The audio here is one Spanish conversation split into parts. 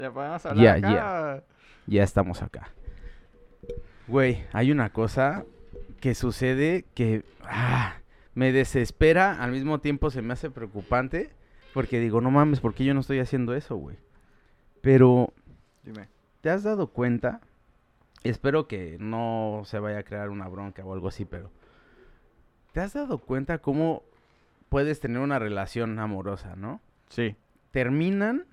¿Ya podemos hablar acá? Ya estamos acá. Güey, hay una cosa que sucede que me desespera, al mismo tiempo se me hace preocupante, porque digo, no mames, ¿por qué yo no estoy haciendo eso, güey? Pero, Dime. ¿te has dado cuenta? Espero que no se vaya a crear una bronca o algo así, pero ¿te has dado cuenta cómo puedes tener una relación amorosa, no? Sí. Terminan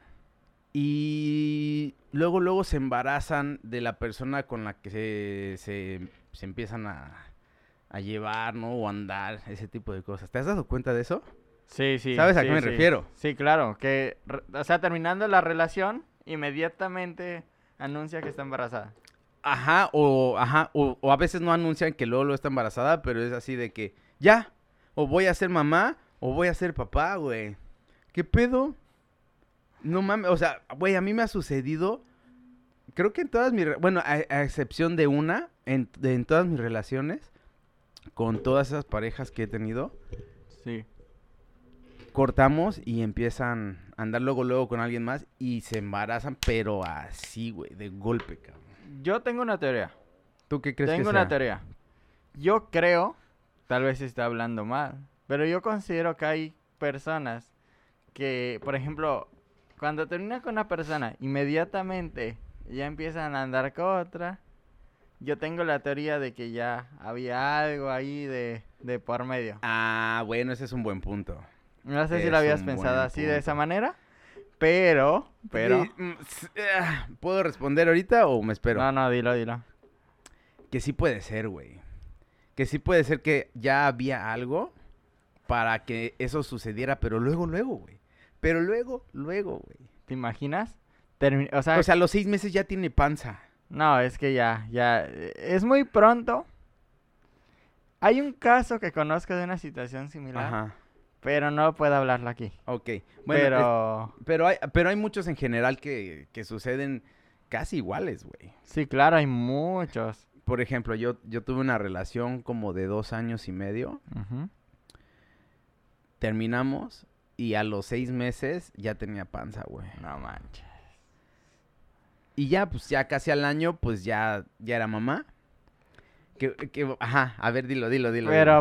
y luego se embarazan de la persona con la que se empiezan a llevar, ¿no? O andar, ese tipo de cosas. ¿Te has dado cuenta de eso? Sí, sí, ¿Sabes a sí, qué me sí. refiero? Sí, claro, o sea, terminando la relación, inmediatamente anuncia que está embarazada. O a veces no anuncian que luego está embarazada, pero es así de que, ya, o voy a ser mamá, o voy a ser papá, güey. ¿Qué pedo? No mames, o sea, güey, a mí me ha sucedido, creo que en todas bueno, a excepción de una, en todas mis relaciones, con todas esas parejas que he tenido, Sí. cortamos y empiezan a andar luego con alguien más y se embarazan, pero así, güey, de golpe, cabrón. Yo tengo una teoría. ¿Tú qué crees que Tengo sea? una teoría. Yo creo, tal vez esté hablando mal, pero yo considero que hay personas que, por ejemplo, cuando terminas con una persona, inmediatamente ya empiezan a andar con otra. Yo tengo la teoría de que ya había algo ahí de por medio. Bueno, ese es un buen punto. No sé si lo Es habías un pensado buen así de esa punto. manera, pero... ¿Puedo responder ahorita o me espero? No, no, dilo. Que sí puede ser, güey. Que sí puede ser que ya había algo para que eso sucediera, pero luego, güey. Pero luego, güey. ¿Te imaginas? O sea, a los 6 meses ya tiene panza. No, es que es muy pronto. Hay un caso que conozco de una situación similar, Ajá. pero no puedo hablarlo aquí. Ok. Bueno, Pero pero hay muchos en general que suceden casi iguales, güey. sí, claro, hay muchos. Por ejemplo, yo tuve una relación como de 2 años y medio. Ujú. Terminamos y a los 6 meses ya tenía panza, güey. No manches. Y ya, pues ya casi al año, pues ya era mamá. A ver, dilo. Pero Dilo.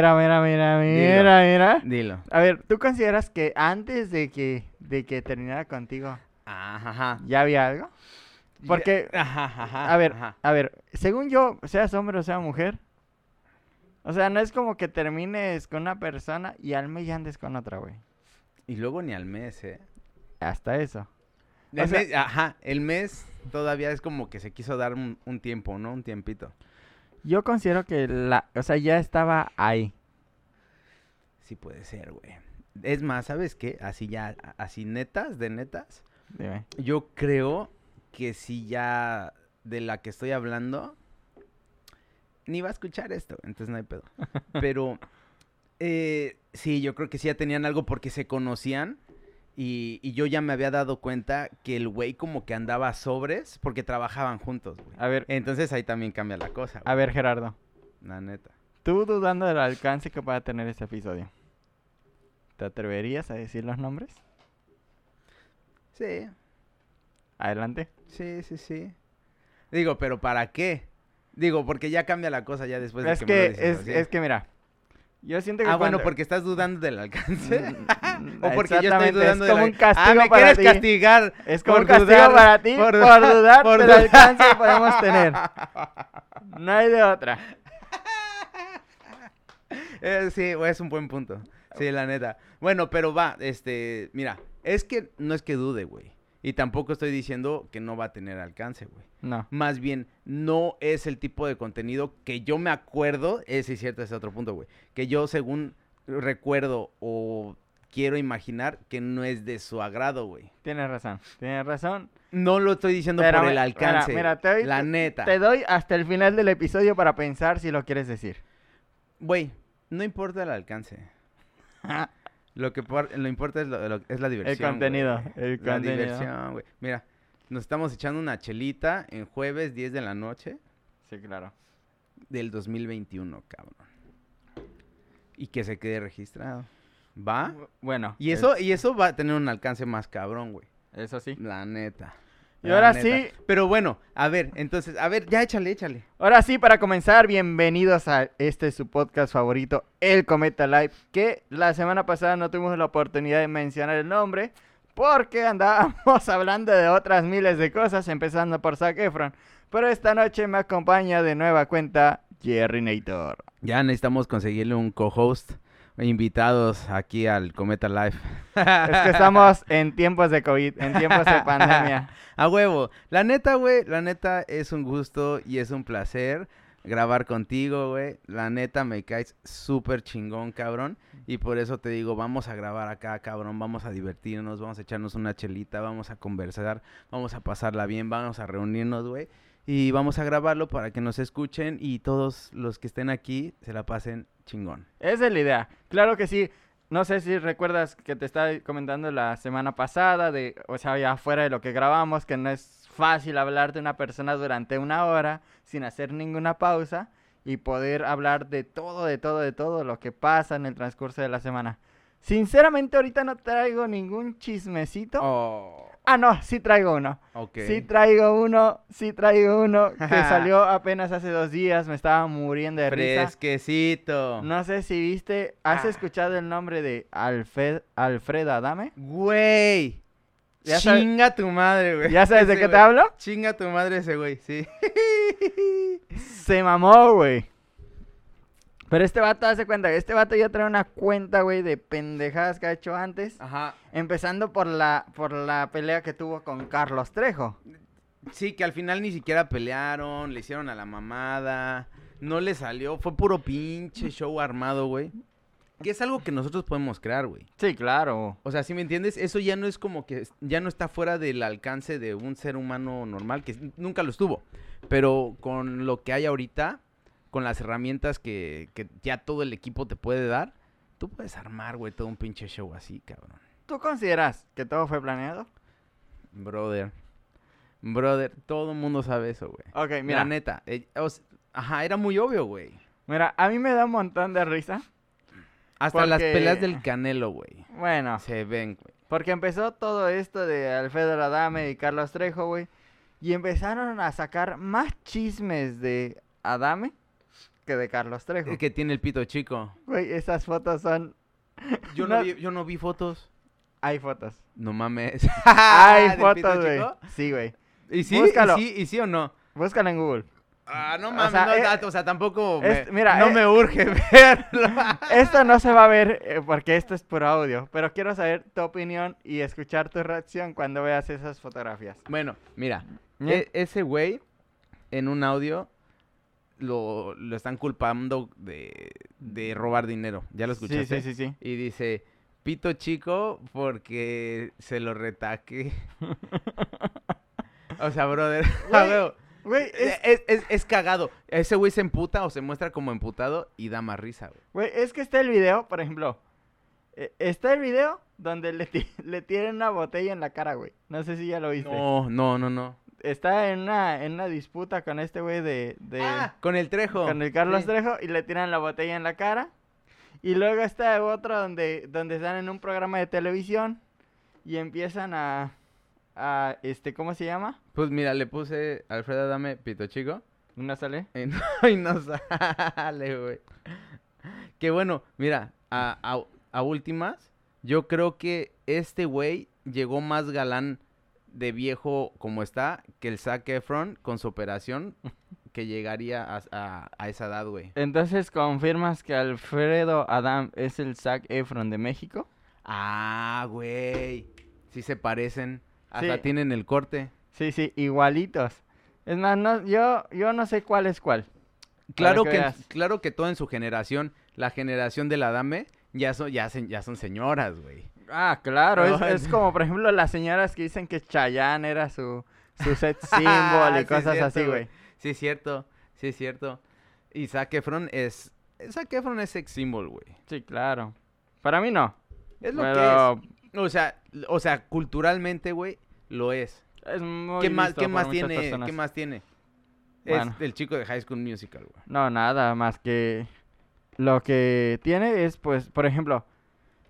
mira. Dilo. A ver, ¿tú consideras que antes de que terminara contigo Ajá. ya había algo? Porque, Ajá. a ver, según yo, seas hombre o sea mujer, o sea, no es como que termines con una persona y al mes ya andes con otra, güey. Y luego ni al mes, ¿eh? Hasta eso. El mes todavía es como que se quiso dar un tiempo, ¿no? Un tiempito. Yo considero que o sea, ya estaba ahí. Sí puede ser, güey. Es más, ¿sabes qué? Así netas, de netas. Dime. Yo creo que si ya de la que estoy hablando, ni va a escuchar esto, entonces no hay pedo. Pero sí, yo creo que sí ya tenían algo porque se conocían y yo ya me había dado cuenta que el güey como que andaba sobres porque trabajaban juntos, güey. A ver, Entonces ahí también cambia la cosa, güey. a ver, Gerardo. La neta. Tú dudando del alcance que pueda tener este episodio, ¿te atreverías a decir los nombres? Sí, Adelante. sí. Digo, ¿pero para qué? Digo, porque ya cambia la cosa ya después de Es que me lo que, dices así. es que mira, yo siento que Bueno, porque estás dudando del alcance. O porque yo estoy exactamente, dudando es como del un castigo me para quieres ti. castigar. Es como un por castigo dudar, para ti por dudar por del dudar. alcance que podemos tener. No hay de otra. Sí, es un buen punto. Sí, la neta. Bueno, pero mira, es que no es que dude, güey. Y tampoco estoy diciendo que no va a tener alcance, güey. No. Más bien, no es el tipo de contenido que yo me acuerdo, sí es cierto, ese es otro punto, güey. Que yo según recuerdo o quiero imaginar que no es de su agrado, güey. Tienes razón. No lo estoy diciendo Pero por el alcance, mira, la neta. te doy hasta el final del episodio para pensar si lo quieres decir. Güey, no importa el alcance. Lo importa es la diversión. contenido, güey. el La contenido. diversión, güey. Mira, nos estamos echando una chelita en jueves 10 de la noche Sí, claro. del 2021, cabrón. Y que se quede registrado. ¿Va? Bueno. Y eso va a tener un alcance más cabrón, güey. Eso sí. La neta. Y La ahora neta. sí, Pero bueno, a ver, entonces, a ver, ya échale. ahora sí, para comenzar, bienvenidos a su podcast favorito, El Cometa Live, que la semana pasada no tuvimos la oportunidad de mencionar el nombre, porque andábamos hablando de otras miles de cosas, empezando por Zac Efron. Pero esta noche me acompaña de nueva cuenta Jerry Nator. Ya necesitamos conseguirle un co-host, invitados aquí al Cometa Live. Es que estamos en tiempos de COVID, en tiempos de pandemia. A huevo. La neta, güey, la neta es un gusto y es un placer grabar contigo, güey. La neta me caes súper chingón, cabrón. Y por eso te digo, vamos a grabar acá, cabrón. Vamos a divertirnos, vamos a echarnos una chelita, vamos a conversar, vamos a pasarla bien, vamos a reunirnos, güey. Y vamos a grabarlo para que nos escuchen y todos los que estén aquí se la pasen chingón. Esa es la idea. Claro que sí. No sé si recuerdas que te estaba comentando la semana pasada, o sea, ya fuera de lo que grabamos, que no es fácil hablar de una persona durante una hora sin hacer ninguna pausa y poder hablar de todo lo que pasa en el transcurso de la semana. Sinceramente, ahorita no traigo ningún chismecito. Oh, Ah, no, sí traigo uno. ok. Sí traigo uno que salió apenas hace 2 días, me estaba muriendo de risa. Fresquecito. No sé si viste, ¿has escuchado el nombre de Alfred Adame? Güey. Ya sabes- Chinga tu madre, güey. ¿Ya sabes de Ese qué te güey. hablo? Chinga tu madre ese güey, sí. Se mamó, güey. Pero este vato, hace cuenta que este vato ya trae una cuenta, güey, de pendejadas que ha hecho antes. Ajá. Empezando por la pelea que tuvo con Carlos Trejo. Sí, que al final ni siquiera pelearon, le hicieron a la mamada, no le salió, fue puro pinche show armado, güey. Que es algo que nosotros podemos crear, güey. Sí, claro. O sea, ¿sí me entiendes? Eso ya no es como que, ya no está fuera del alcance de un ser humano normal, que nunca lo estuvo. Pero con lo que hay ahorita, con las herramientas que ya todo el equipo te puede dar, tú puedes armar, güey, todo un pinche show así, cabrón. ¿Tú consideras que todo fue planeado? Brother, todo el mundo sabe eso, güey. Ok, mira. La neta, ajá, era muy obvio, güey. Mira, a mí me da un montón de risa. Hasta las Porque- peleas del Canelo, güey. Bueno, Se ven, güey. porque empezó todo esto de Alfredo Adame y Carlos Trejo, güey. Y empezaron a sacar más chismes de Adame que de Carlos Trejo. Es que tiene el pito chico. Güey, esas fotos son... Yo No- no vi fotos. Hay fotos. No mames. Hay ¿Del pito fotos, güey. chico? Sí, güey. ¿Y sí? Búscalo. ¿Y sí o no? Búscalo en Google. Ah, no O mames, sea, o sea, tampoco mira, no me urge verlo. Esto no se va a ver porque esto es puro audio. Pero quiero saber tu opinión y escuchar tu reacción cuando veas esas fotografías. Bueno, mira, Bien. ese güey en un audio lo están culpando de robar dinero. ¿Ya lo escuchaste? Sí. Y dice, pito chico porque se lo retaque. O sea, brother, a Güey, huevo. Güey, Es cagado. Ese güey se emputa o se muestra como emputado y da más risa, güey. güey, es que está el video, por ejemplo. Está el video donde le tiran una botella en la cara, güey. No sé si ya lo viste. No. Está en una disputa con este güey de Con el Trejo. con el Carlos Sí. Trejo y le tiran la botella en la cara. Y luego está otro donde están en un programa de televisión y empiezan ¿cómo se llama? Pues mira, le puse Alfredo Adame pito chico. ¿No sale? Y no sale, güey. Que bueno, mira, a últimas, yo creo que este güey llegó más galán de viejo como está que el Zac Efron con su operación que llegaría a esa edad, güey. Entonces, ¿confirmas que Alfredo Adame es el Zac Efron de México? Ah, güey. Sí se parecen. Hasta Sí. tienen el corte. Sí, igualitos. Es más, yo no sé cuál es cuál. Claro que que, veas. claro que todo en su generación, la generación de la Adame, ya son señoras, güey. Ah, claro, No, es como por ejemplo las señoras que dicen que Chayanne era su sex symbol y Sí, cosas cierto, así, güey. Sí, es cierto. Y Zac Efron es sex symbol, güey. Sí, claro. Para mí no. Es lo Pero que es. O sea, culturalmente, güey, lo es. es muy ¿Qué más, visto qué por más muchas tiene? personas. ¿Qué más tiene? Bueno. Es el chico de High School Musical, güey. No, nada más que lo que tiene es, pues, por ejemplo,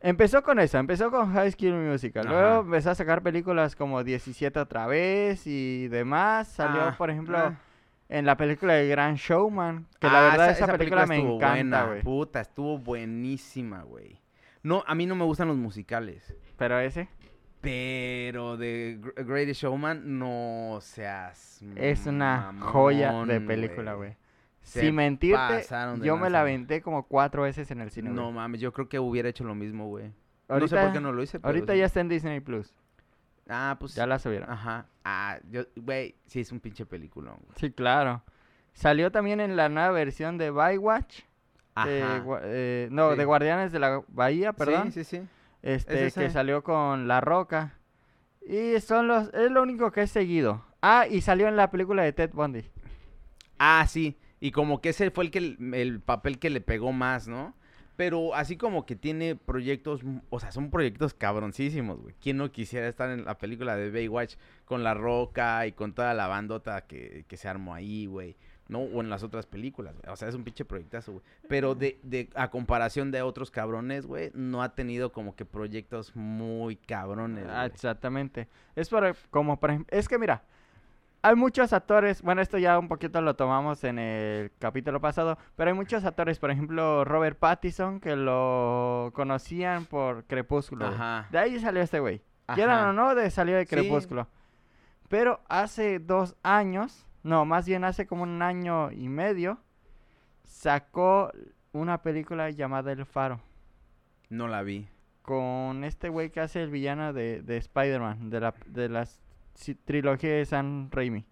Empezó con eso, empezó con High School Musical. Ajá. Luego empezó a sacar películas como 17 otra vez y demás. Salió, por ejemplo, en la película de Grand Showman, que la verdad esa película me estuvo encanta, buena, güey. puta, estuvo buenísima, güey. No, a mí no me gustan los musicales. Pero ese Pero de Greatest Showman, no seas es una mamón, joya de película, güey. Se Sin mentirte, pasaron de yo me la lanza, güey. aventé como 4 veces en el cine, No güey. mames, yo creo que hubiera hecho lo mismo, güey. No sé Ahorita, por qué no lo hice, pero ahorita sí. ya está en Disney Plus. Ah, pues Ya la subieron. ajá. Ah, güey, sí es un pinche peliculón, güey. Sí, claro. Salió también en la nueva versión de Baywatch. Ajá. No, Sí. de Guardianes de la Bahía, perdón. Sí, sí, sí. Que ese. salió con La Roca. Y es lo único que he seguido. Ah, y salió en la película de Ted Bundy. Ah, sí. Y como que ese fue el papel que le pegó más, ¿no? Pero así como que tiene proyectos, o sea, son proyectos cabroncísimos, güey. ¿Quién no quisiera estar en la película de Baywatch con La Roca y con toda la bandota que se armó ahí, güey? ¿No? O en las otras películas, güey. O sea, es un pinche proyectazo, güey. Pero a comparación de otros cabrones, güey, no ha tenido como que proyectos muy cabrones, Ah, güey. exactamente. Como por ejemplo, es que mira, hay muchos actores, bueno, esto ya un poquito lo tomamos en el capítulo pasado, pero hay muchos actores, por ejemplo, Robert Pattinson, que lo conocían por Crepúsculo, güey. Ajá. De ahí salió este güey. Quieran Ajá. o no, salió de Sí. Crepúsculo. Pero hace 2 años, no, más bien hace como 1 año y medio, sacó una película llamada El Faro. No la vi. Con este güey que hace el villano de Spider-Man, de la trilogía de Sam Raimi.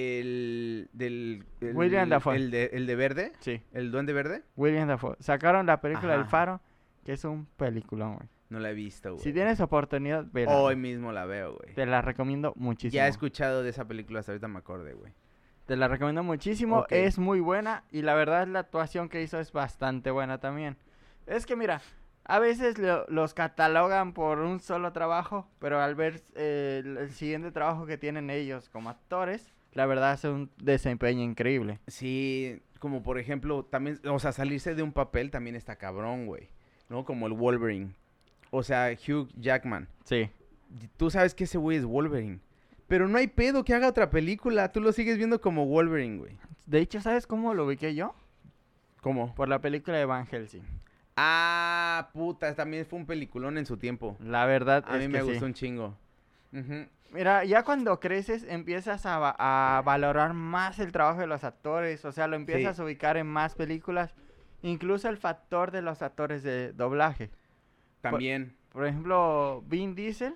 William Dafoe. El de verde, Sí, el duende verde, William Dafoe. Sacaron la película El Ajá. Faro, que es un peliculón, güey. no la he visto, güey. Si tienes oportunidad, vela. Hoy güey. mismo la veo, güey. Te la recomiendo muchísimo. Ya he escuchado de esa película, hasta ahorita me acordé, güey. Te la recomiendo muchísimo, Ok. es muy buena y la verdad la actuación que hizo es bastante buena también. Es que mira, a veces los catalogan por un solo trabajo, pero al ver el siguiente trabajo que tienen ellos como actores, la verdad hace un desempeño increíble. Sí, como por ejemplo, también, o sea, salirse de un papel también está cabrón, güey. ¿No? Como el Wolverine. O sea, Hugh Jackman. Sí. Tú sabes que ese güey es Wolverine. Pero no hay pedo que haga otra película. Tú lo sigues viendo como Wolverine, güey. De hecho, ¿sabes cómo lo ubiqué yo? ¿Cómo? Por la película de Van Helsing. Ah, puta, también fue un peliculón en su tiempo. La verdad A es mí que me sí. gustó un chingo. Ujú. Mira, ya cuando creces empiezas a valorar más el trabajo de los actores, o sea, lo empiezas Sí. a ubicar en más películas, incluso el factor de los actores de doblaje. También. Por ejemplo, Vin Diesel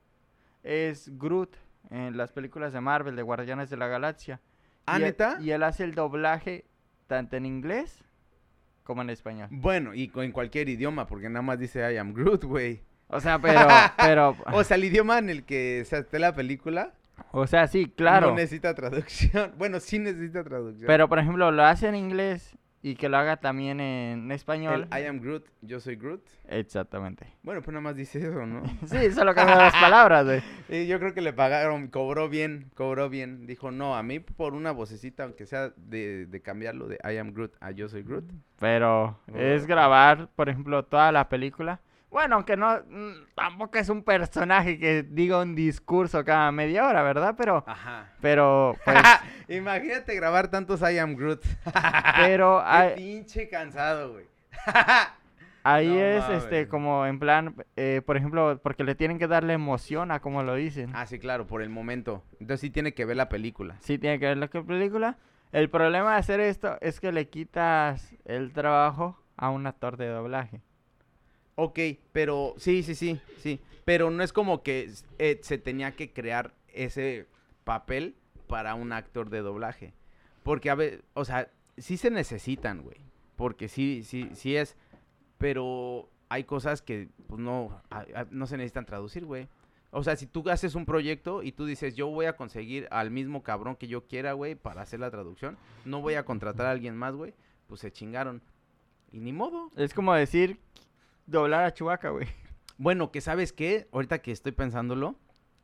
es Groot en las películas de Marvel, de Guardianes de la Galaxia. ¿Ah, Y él- neta? Y él hace el doblaje tanto en inglés como en español. Bueno, y en cualquier idioma, porque nada más dice I am Groot, güey. O sea, pero, O sea, el idioma en el que se esté la película o sea, sí, claro. no necesita traducción. Bueno, sí necesita traducción. Pero, por ejemplo, lo hace en inglés y que lo haga también en español. El I am Groot, yo soy Groot. Exactamente. Bueno, pues nada más dice eso, ¿no? Sí, solo cambian las palabras, güey. Y yo creo que le pagaron, cobró bien. Dijo, no, a mí por una vocecita, aunque sea de cambiarlo de I am Groot a yo soy Groot. Pero es grabar, por ejemplo, toda la película. Bueno, aunque no, tampoco es un personaje que diga un discurso cada media hora, ¿verdad? Ajá. Pero, pues, Imagínate grabar tantos I am Groot. pero Qué hay- pinche cansado, güey. ahí No es, mames. como en plan, por ejemplo, porque le tienen que darle emoción a como lo dicen. Ah, sí, claro, por el momento. Entonces sí tiene que ver la película. Sí tiene que ver la película. El problema de hacer esto es que le quitas el trabajo a un actor de doblaje. Ok, pero sí. Pero no es como que se tenía que crear ese papel para un actor de doblaje. Porque a ver, o sea, sí se necesitan, güey. Porque sí es. Pero hay cosas que pues no se necesitan traducir, güey. O sea, si tú haces un proyecto y tú dices, yo voy a conseguir al mismo cabrón que yo quiera, güey, para hacer la traducción, no voy a contratar a alguien más, güey, pues se chingaron. Y ni modo. Es como decir doblar a Chewbacca, güey. Bueno, que sabes qué, ahorita que estoy pensándolo,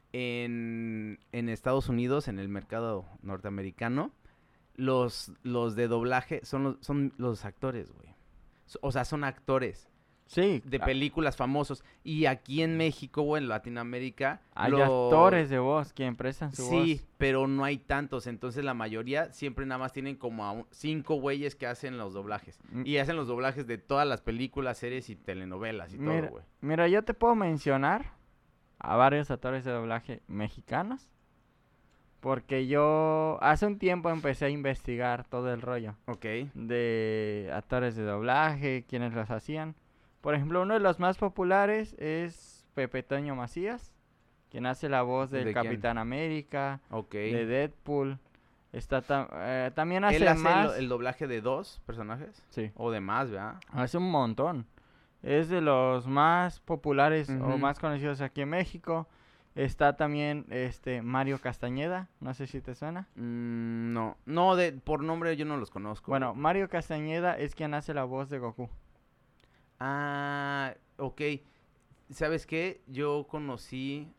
en Estados Unidos, en el mercado norteamericano, los de doblaje son los actores, güey. O sea, son actores. Sí, de películas famosos. Y aquí en México o en Latinoamérica... hay actores de voz que prestan su Sí, voz. pero no hay tantos. Entonces la mayoría siempre nada más tienen como a 5 güeyes que hacen los doblajes. Mm. Y hacen los doblajes de todas las películas, series y telenovelas y todo, Mira, güey. mira, yo te puedo mencionar a varios actores de doblaje mexicanos. Porque yo hace un tiempo empecé a investigar todo el rollo Ok. de actores de doblaje, quienes los hacían. Por ejemplo, uno de los más populares es Pepe Toño Macías, quien hace la voz del ¿De quién? Capitán América, Ok. de Deadpool. También ¿Él hace hace más. el doblaje de 2 personajes? Sí, O de más, ¿verdad? hace un montón. Es de los más populares o Ujú. más conocidos aquí en México. Está también Mario Castañeda, no sé si te suena. No. No, por nombre yo no los conozco. Bueno, güey. Mario Castañeda es quien hace la voz de Goku. Ah, ok. ¿Sabes qué? Yo conocí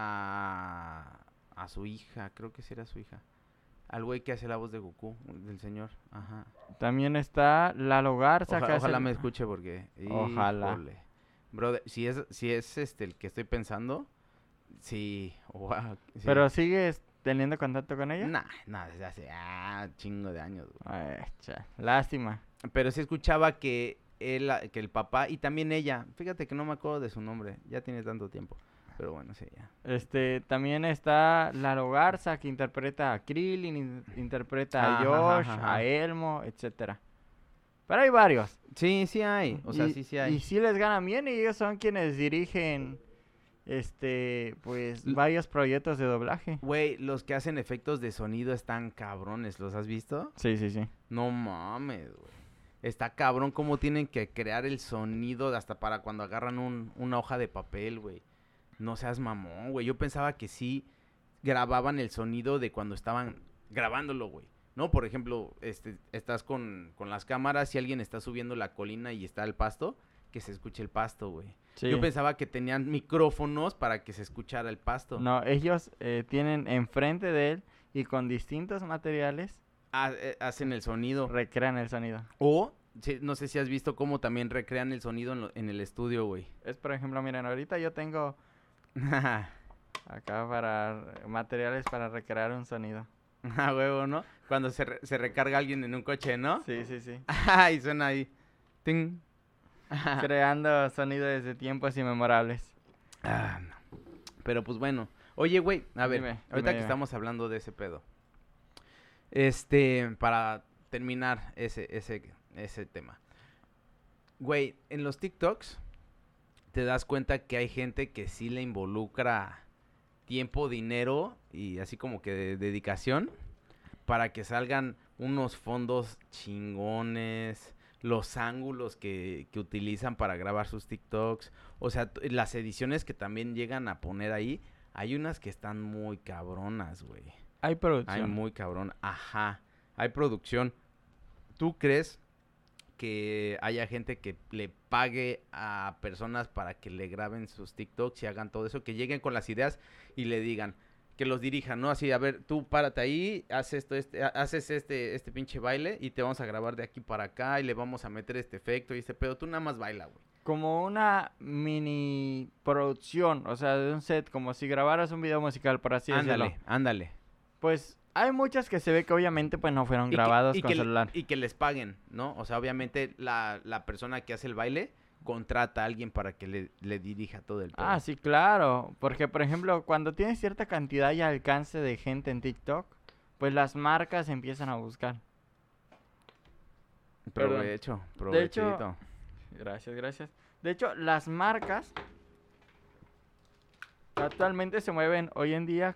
a su hija, creo que sí era su hija. Al güey que hace la voz de Goku, del señor. Ajá. También está Lalo Garza, que hace Ojalá el- me escuche porque... Ojalá. Híjole. Brother, si es el que estoy pensando, sí. Wow, sí. Pero ¿sigues teniendo contacto con ella? Nah, desde hace chingo de años, güey. Ay, lástima. Pero sí escuchaba que que el papá y también ella, fíjate que no me acuerdo de su nombre, ya tiene tanto tiempo. Pero bueno, sí, ya. También está Lalo Garza, que interpreta a Krillin, interpreta a Ajá, Josh, ajá, ajá. a Elmo, etcétera. Pero hay varios. Sí, sí hay, o sea, sí hay. Y sí les ganan bien y ellos son quienes dirigen, pues, varios proyectos de doblaje. Güey, los que hacen efectos de sonido están cabrones, ¿los has visto? Sí, sí, sí. No mames, güey. Está cabrón cómo tienen que crear el sonido hasta para cuando agarran una hoja de papel, güey. No seas mamón, güey. Yo pensaba que sí grababan el sonido de cuando estaban grabándolo, güey. No, por ejemplo, estás con las cámaras y alguien está subiendo la colina y está el pasto, que se escuche el pasto, güey. Sí. Yo pensaba que tenían micrófonos para que se escuchara el pasto. No, ellos tienen enfrente de él y con distintos materiales Hacen el sonido. recrean el sonido. O, no sé si has visto cómo también recrean el sonido en el estudio, güey. Es, por ejemplo, miren, ahorita yo tengo acá materiales para recrear un sonido. Ah, huevo, ¿no? Cuando se recarga alguien en un coche, ¿no? Sí, sí, sí. Y suena ahí. Ting. Creando sonidos desde tiempos inmemorables. No. Pero pues bueno. Oye, güey, a ver, Dime, ahorita que dime. estamos hablando de ese pedo. Para terminar ese tema. Güey, en los TikToks te das cuenta que hay gente que sí le involucra tiempo, dinero y así como que dedicación para que salgan unos fondos chingones, los ángulos que utilizan para grabar sus TikToks, o sea, las ediciones que también llegan a poner ahí, hay unas que están muy cabronas, güey. Hay Hay producción. muy cabrón, ajá, hay producción. ¿Tú crees que haya gente que le pague a personas para que le graben sus TikToks y hagan todo eso, que lleguen con las ideas y le digan, que los dirijan, ¿no? Así, a ver, tú párate ahí, haz esto, haces este pinche baile y te vamos a grabar de aquí para acá y le vamos a meter este efecto y este pedo, tú nada más baila, güey. Como una mini producción, o sea, de un set, como si grabaras un video musical, por así decirlo. Ándale. Pues hay muchas que se ve que obviamente pues no fueron Y que- grabados y con que, celular. y que les paguen, ¿no? O sea, obviamente la persona que hace el baile contrata a alguien para que le dirija todo el pedo. Ah, sí, claro. Porque, por ejemplo, cuando tienes cierta cantidad y alcance de gente en TikTok, pues las marcas empiezan a buscar. Perdón. Provecho, De hecho, provechito. Gracias, gracias. De hecho, las marcas actualmente se mueven hoy en día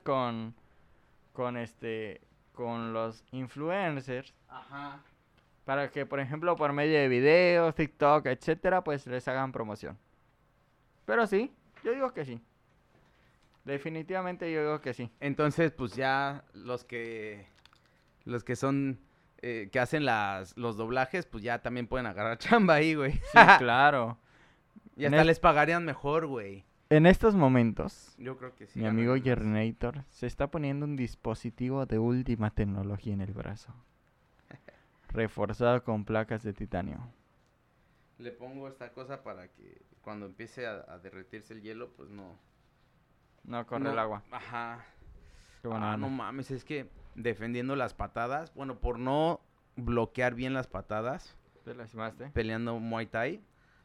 con los influencers Ajá. para que, por ejemplo, por medio de videos, TikTok, etcétera, pues les hagan promoción. Pero sí, yo digo que sí. Definitivamente yo digo que sí. Entonces, pues ya los que son que hacen los doblajes, pues ya también pueden agarrar chamba ahí, güey. Sí, claro. Y En hasta es- les pagarían mejor, güey. En estos momentos, Yo creo que sí. mi amigo ganarían más. Yernator se está poniendo un dispositivo de última tecnología en el brazo. Reforzado con placas de titanio. Le pongo esta cosa para que cuando empiece a derretirse el hielo, pues no. No corre No, el agua. Ajá. Qué buena onda. No mames, es que defendiendo las patadas, bueno, por no bloquear bien las patadas, ¿Te lastimaste? peleando Muay Thai,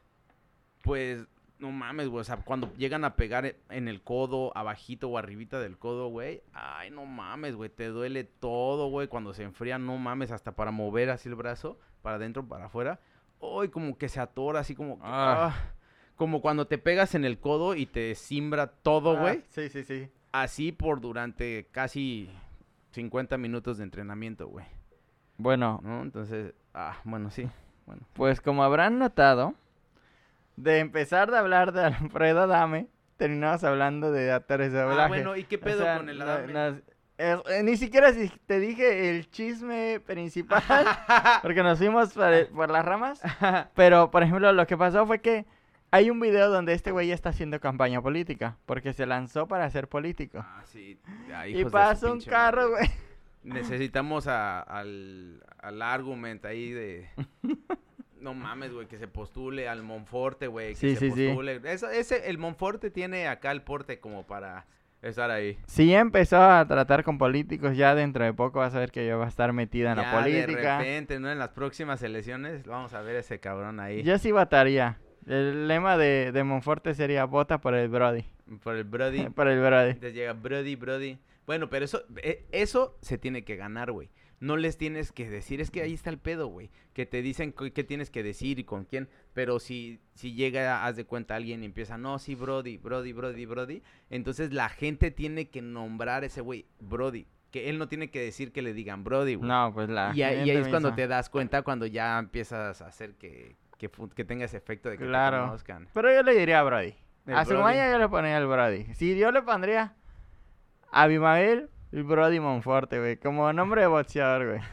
pues no mames, güey, o sea, cuando llegan a pegar en el codo, abajito o arribita del codo, güey, ay, no mames, güey, te duele todo, güey, cuando se enfría, no mames, hasta para mover así el brazo, para adentro, para afuera, ay, como que se atora, así como, como cuando te pegas en el codo y te simbra todo, güey, Sí, sí, sí. así por durante casi 50 minutos de entrenamiento, güey, Bueno, ¿no? Entonces, bueno, sí, bueno. pues como habrán notado, de empezar de hablar de Alfredo Adame, terminamos hablando de actores de doblaje. Bueno, ¿y qué pedo O sea, con el Adame? ni siquiera si te dije el chisme principal, porque nos fuimos por las ramas. Pero, por ejemplo, lo que pasó fue que hay un video donde este güey está haciendo campaña política, porque se lanzó para ser político. Sí, Y pasa un carro, güey. Necesitamos al argument ahí de... No mames, güey, que se postule al Monforte, güey, que se postule. Sí. El Monforte tiene acá el porte como para estar ahí. Sí empezó a tratar con políticos, ya dentro de poco vas a ver que ya va a estar metida en la política. De repente, ¿no? En las próximas elecciones vamos a ver ese cabrón ahí. Yo sí votaría. El lema de Monforte sería vota por el Brody. Por el Brody. Por el Brody. Entonces llega Brody. Bueno, pero eso se tiene que ganar, güey. No les tienes que decir, es que ahí está el pedo, güey. Que te dicen qué tienes que decir y con quién. Pero si llega, haz de cuenta alguien y empieza, no, sí, Brody. Entonces la gente tiene que nombrar a ese güey, Brody. Que él no tiene que decir que le digan Brody, güey. No, pues y ahí es cuando te das cuenta, cuando ya empiezas a hacer que tenga ese efecto de que te conozcan. Pero yo le diría Brody. A su maña yo le ponía el Brody. Si yo le pondría a Abimael, el Brody Monforte, güey. Como nombre de boxeador, güey.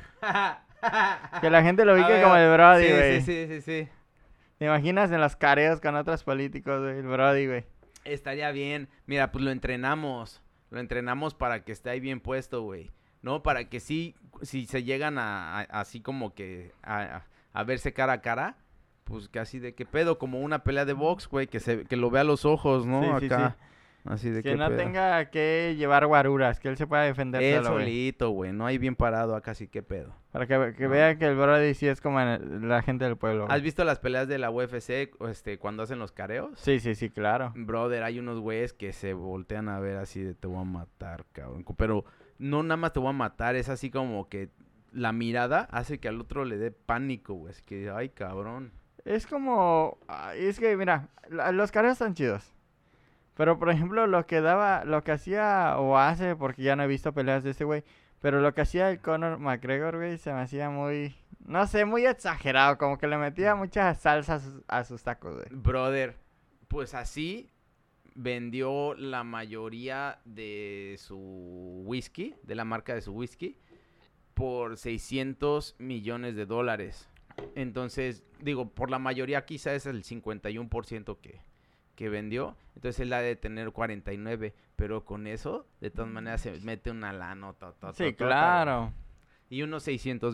Que la gente lo ubique como el Brody, güey. Sí. ¿Te imaginas en los careos con otros políticos, güey? El Brody, güey. Estaría bien. Mira, pues lo entrenamos. Lo entrenamos para que esté ahí bien puesto, güey. ¿No? Para que si se llegan así como que a verse cara a cara, pues casi de qué pedo, como una pelea de box, güey, que lo vea a los ojos, ¿no? Sí, acá. Sí. Así de que no tenga que llevar guaruras, que él se pueda defender él solo, solito, güey, no hay bien parado acá, sí, qué pedo. Para que vea que el Brody sí es como la gente del pueblo. ¿Has visto las peleas de la UFC cuando hacen los careos? Sí, claro. Brother, hay unos güeyes que se voltean a ver así de te voy a matar, cabrón. Pero no nada más te voy a matar, es así como que la mirada hace que al otro le dé pánico, güey. Así que, ay, cabrón. Es como... Es que, mira, los careos están chidos. Pero, por ejemplo, lo que hacía o hace, porque ya no he visto peleas de ese güey, pero lo que hacía el Conor McGregor, güey, se me hacía muy, no sé, muy exagerado, como que le metía mucha salsa a sus tacos, güey. Brother, pues así vendió la mayoría de su whisky, de la marca de su whisky, por $600 millones. Entonces, digo, por la mayoría quizá es el 51% que vendió, entonces él ha de tener 49, pero con eso, de todas maneras, se mete una lana. Sí, claro. Y unos 600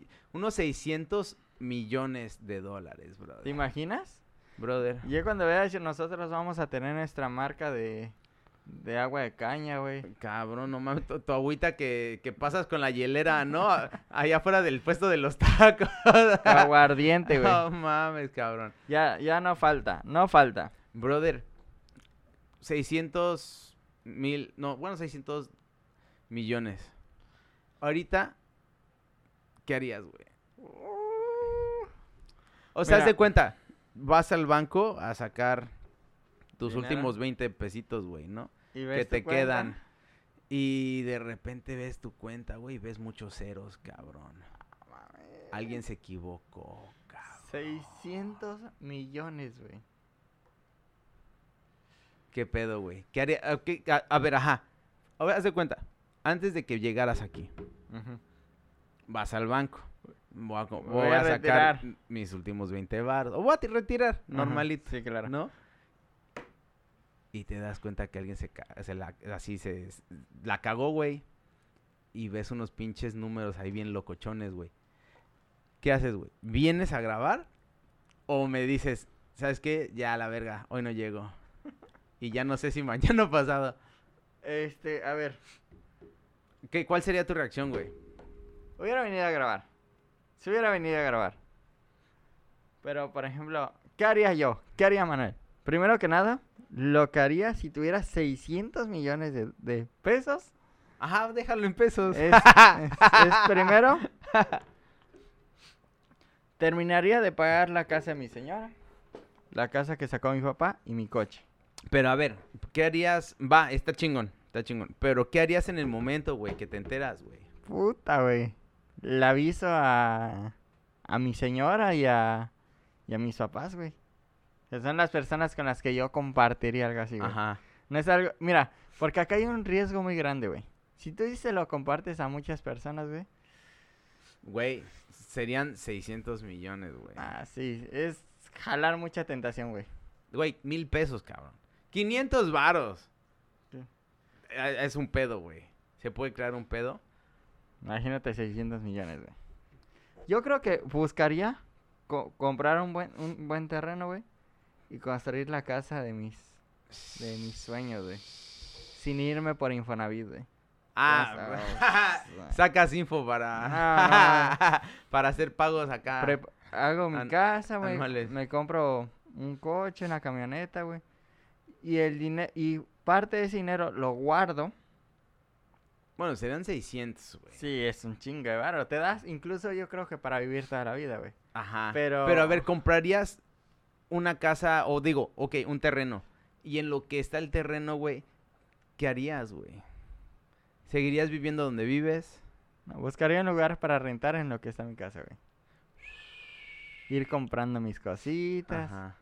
millones de dólares, brother. ¿Te imaginas? Brother. Yo cuando vea eso, nosotros vamos a tener nuestra marca de agua de caña, güey. Cabrón, no mames, tu agüita que pasas con la hielera, ¿no? Allá afuera del puesto de los tacos. Aguardiente, güey. No mames, cabrón. Ya no falta. Brother, 600 millones. Ahorita, ¿qué harías, güey? O sea, haz de cuenta, vas al banco a sacar tus últimos 20 pesitos, güey, ¿no? Que te quedan. Y de repente ves tu cuenta, güey, y ves muchos ceros, cabrón. Alguien se equivocó, cabrón. 600 millones, güey. ¿Qué pedo, güey? ¿Qué haría? A ver, ajá. A ver, haz de cuenta. Antes de que llegaras aquí, vas al banco. Voy a sacar mis últimos 20 baros. O voy a retirar, normalito. Sí, claro. ¿No? Y te das cuenta que alguien la cagó, güey. Y ves unos pinches números ahí bien locochones, güey. ¿Qué haces, güey? ¿Vienes a grabar O me dices, ¿sabes qué? Ya, a la verga, hoy no llego. Y ya no sé si mañana o pasado. A ver, ¿Cuál sería tu reacción, güey? hubiera venido a grabar. Si hubiera venido a grabar. Pero, por ejemplo, ¿qué haría yo? ¿Qué haría Manuel? Primero que nada, lo que haría si tuviera 600 millones de pesos Ajá, déjalo en pesos. es primero, terminaría de pagar la casa de mi señora, la casa que sacó mi papá y mi coche. Pero a ver, ¿qué harías? Va, está chingón, está chingón. Pero ¿qué harías en el momento, güey, que te enteras, güey? Puta, güey. Le aviso a mi señora y a mis papás, güey. Que son las personas con las que yo compartiría algo así, güey. Ajá. No es algo... Mira, porque acá hay un riesgo muy grande, güey. Si tú se lo compartes a muchas personas, güey. Güey, serían 600 millones, güey. Ah, sí. Es jalar mucha tentación, güey. Güey, 1,000 pesos, cabrón. 500 varos. Sí. Es un pedo, güey. ¿Se puede crear un pedo? Imagínate 600 millones, güey. Yo creo que buscaría comprar un buen terreno, güey. Y construir la casa de mis sueños, güey. Sin irme por Infonavit, güey. Ah, Pues, sacas info para No, para hacer pagos acá. hago mi casa, güey. anuales. Me compro un coche, una camioneta, güey. Y el dinero y parte de ese dinero lo guardo. Bueno, serían 600, güey. Sí, es un chingo de varo. Te das incluso yo creo que para vivir toda la vida, güey. Ajá. Pero a ver, ¿comprarías una casa o digo, ok, un terreno? Y en lo que está el terreno, güey, ¿qué harías, güey? ¿Seguirías viviendo donde vives? no, buscaría un lugar para rentar en lo que está mi casa, güey. Ir comprando mis cositas. Ajá.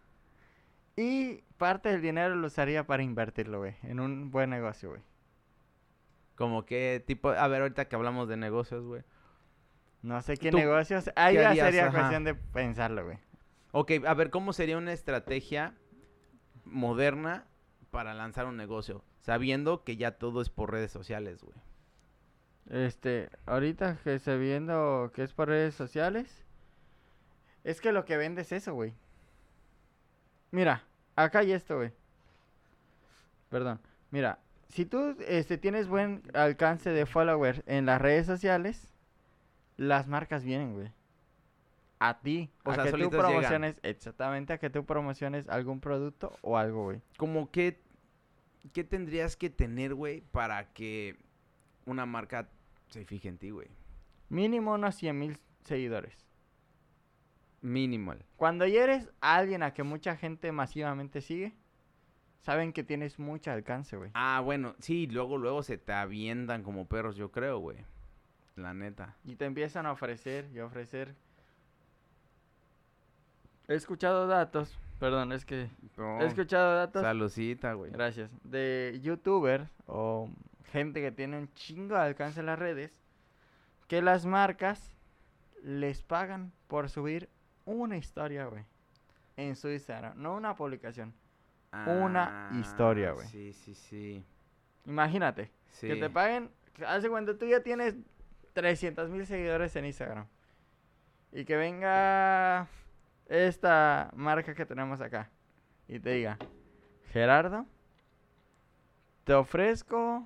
Y parte del dinero lo usaría para invertirlo, güey. En un buen negocio, güey. Como qué tipo, a ver, ahorita que hablamos de negocios, güey. No sé qué ¿Tú negocios. Ahí qué ya harías? sería Ajá. cuestión de pensarlo, güey. Ok, a ver, ¿cómo sería una estrategia moderna para lanzar un negocio? Sabiendo que ya todo es por redes sociales, güey. Ahorita que se viendo que es por redes sociales, es que lo que vende es eso, güey. Mira, acá hay esto, güey. Perdón. Mira, si tú tienes buen alcance de followers en las redes sociales, las marcas vienen, güey. A ti. O A sea, que tú solitas llegan. promociones, exactamente, a que tú promociones algún producto o algo, güey. Como que, ¿qué tendrías que tener, güey, para que una marca se fije en ti, güey? Mínimo unos 100,000 seguidores. Minimal. Cuando ya eres alguien a que mucha gente masivamente sigue, saben que tienes mucho alcance, güey. Ah, bueno, sí, luego se te avientan como perros, yo creo, güey. La neta. Y te empiezan a ofrecer y ofrecer. He escuchado datos, perdón, es que No, he escuchado datos, salucita, güey. gracias, de youtubers o gente que tiene un chingo de alcance en las redes, que las marcas les pagan por subir una historia, güey, en su Instagram, no una publicación. Una historia, güey. Sí, sí, sí. Imagínate, Sí. que te paguen, hace cuando tú ya tienes 300,000 seguidores en Instagram y que venga esta marca que tenemos acá y te diga, Gerardo, te ofrezco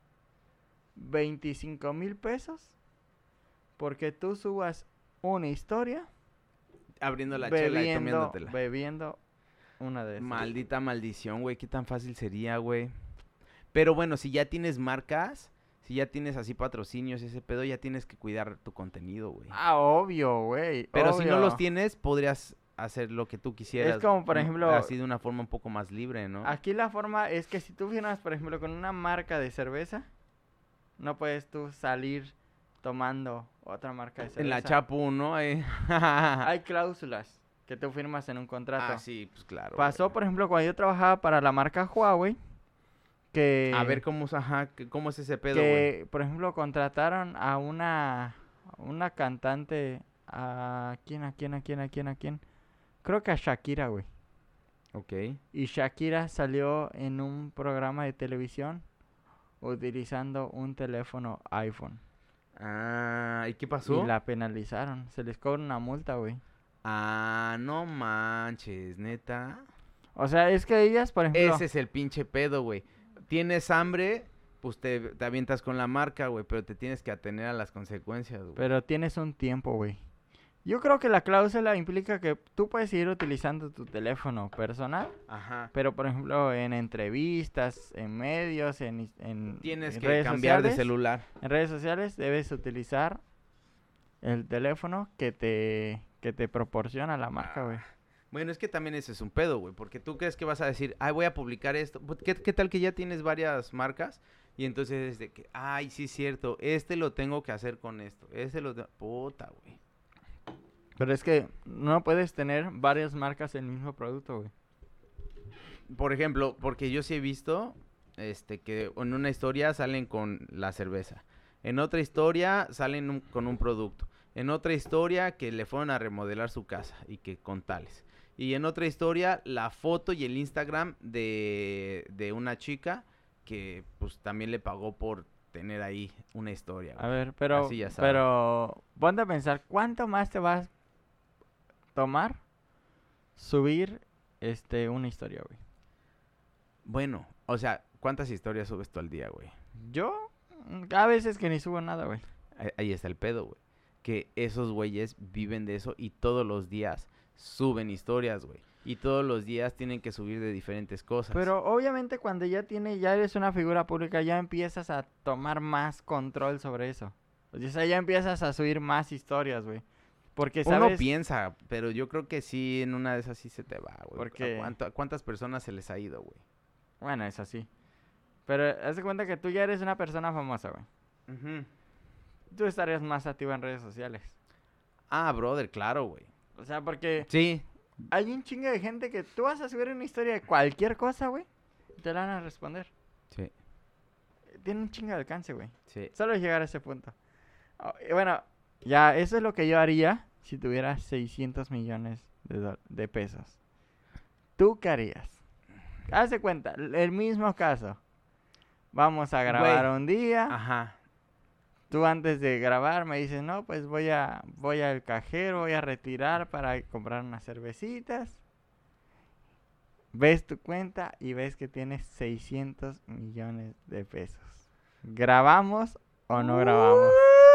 25,000 pesos porque tú subas una historia Abriendo la chela y tomándotela. bebiendo una de esas. Maldita maldición, güey. Qué tan fácil sería, güey. Pero bueno, si ya tienes marcas, si ya tienes así patrocinios y ese pedo, ya tienes que cuidar tu contenido, güey. Ah, obvio, güey. Pero si no obvio. los tienes, podrías hacer lo que tú quisieras. Es como, por ejemplo, así de una forma un poco más libre, ¿no? aquí la forma es que si tú firmas, por ejemplo, con una marca de cerveza, no puedes tú salir tomando otra marca de cerveza. En la Chapu, ¿no? Hay cláusulas que tú firmas en un contrato. Ah, sí, pues claro. Pasó, güey. por ejemplo, cuando yo trabajaba para la marca Huawei, que... A ver cómo es ese pedo, güey. que, por ejemplo, contrataron a una cantante, ¿a quién? Creo que a Shakira, güey. Ok. Y Shakira salió en un programa de televisión utilizando un teléfono iPhone. Ah, ¿y qué pasó? Y la penalizaron. Se les cobra una multa, güey. Ah, no manches, neta. O sea, es que ellas, por ejemplo... Ese es el pinche pedo, güey. Tienes hambre, pues te avientas con la marca, güey, pero te tienes que atener a las consecuencias, güey. Pero tienes un tiempo, güey. Yo creo que la cláusula implica que tú puedes seguir utilizando tu teléfono personal, Ajá. pero por ejemplo en entrevistas, en medios, Tienes en que redes cambiar de sociales, celular. en redes sociales debes utilizar el teléfono que te proporciona la marca, güey. Bueno, es que también ese es un pedo, güey, porque tú crees que vas a decir, ay, voy a publicar esto. Pues, ¿qué tal que ya tienes varias marcas? Y entonces es de que, ay, sí es cierto, lo tengo que hacer con esto. Puta, güey. Pero es que no puedes tener varias marcas del mismo producto, güey. Por ejemplo, porque yo sí he visto, que en una historia salen con la cerveza. En otra historia salen con un producto. En otra historia que le fueron a remodelar su casa y que con tales. Y en otra historia la foto y el Instagram de una chica que pues también le pagó por tener ahí una historia, A güey. ver, pero, Así ya sabes. pero ponte a pensar, ¿cuánto más te vas a tomar subir una historia, güey? Bueno, o sea, ¿cuántas historias subes tú al día, güey? Yo, a veces que ni subo nada, güey. Ahí está el pedo, güey. Que esos güeyes viven de eso y todos los días suben historias, güey. Y todos los días tienen que subir de diferentes cosas. Pero obviamente cuando ya eres una figura pública, ya empiezas a tomar más control sobre eso. O sea, ya empiezas a subir más historias, güey. Porque uno sabes... piensa, pero yo creo que sí, en una de esas sí se te va, güey. Porque... ¿A cuántas personas se les ha ido, güey? Bueno, es así. Pero haz de cuenta que tú ya eres una persona famosa, güey. Ujú. Tú estarías más activo en redes sociales. Ah, brother, claro, güey. O sea, porque Sí. hay un chingo de gente que tú vas a subir una historia de cualquier cosa, güey, y te la van a responder. Sí, Tiene un chingo de alcance, güey. sí. Solo es llegar a ese punto. Y bueno, ya, eso es lo que yo haría si tuviera 600 millones de pesos. ¿Tú qué harías? Haz de cuenta, el mismo caso. Vamos a grabar Güey. un día. Ajá. Tú antes de grabar me dices, no, pues voy al cajero, voy a retirar para comprar unas cervecitas. Ves tu cuenta y ves que tienes 600 millones de pesos. ¿Grabamos o no grabamos?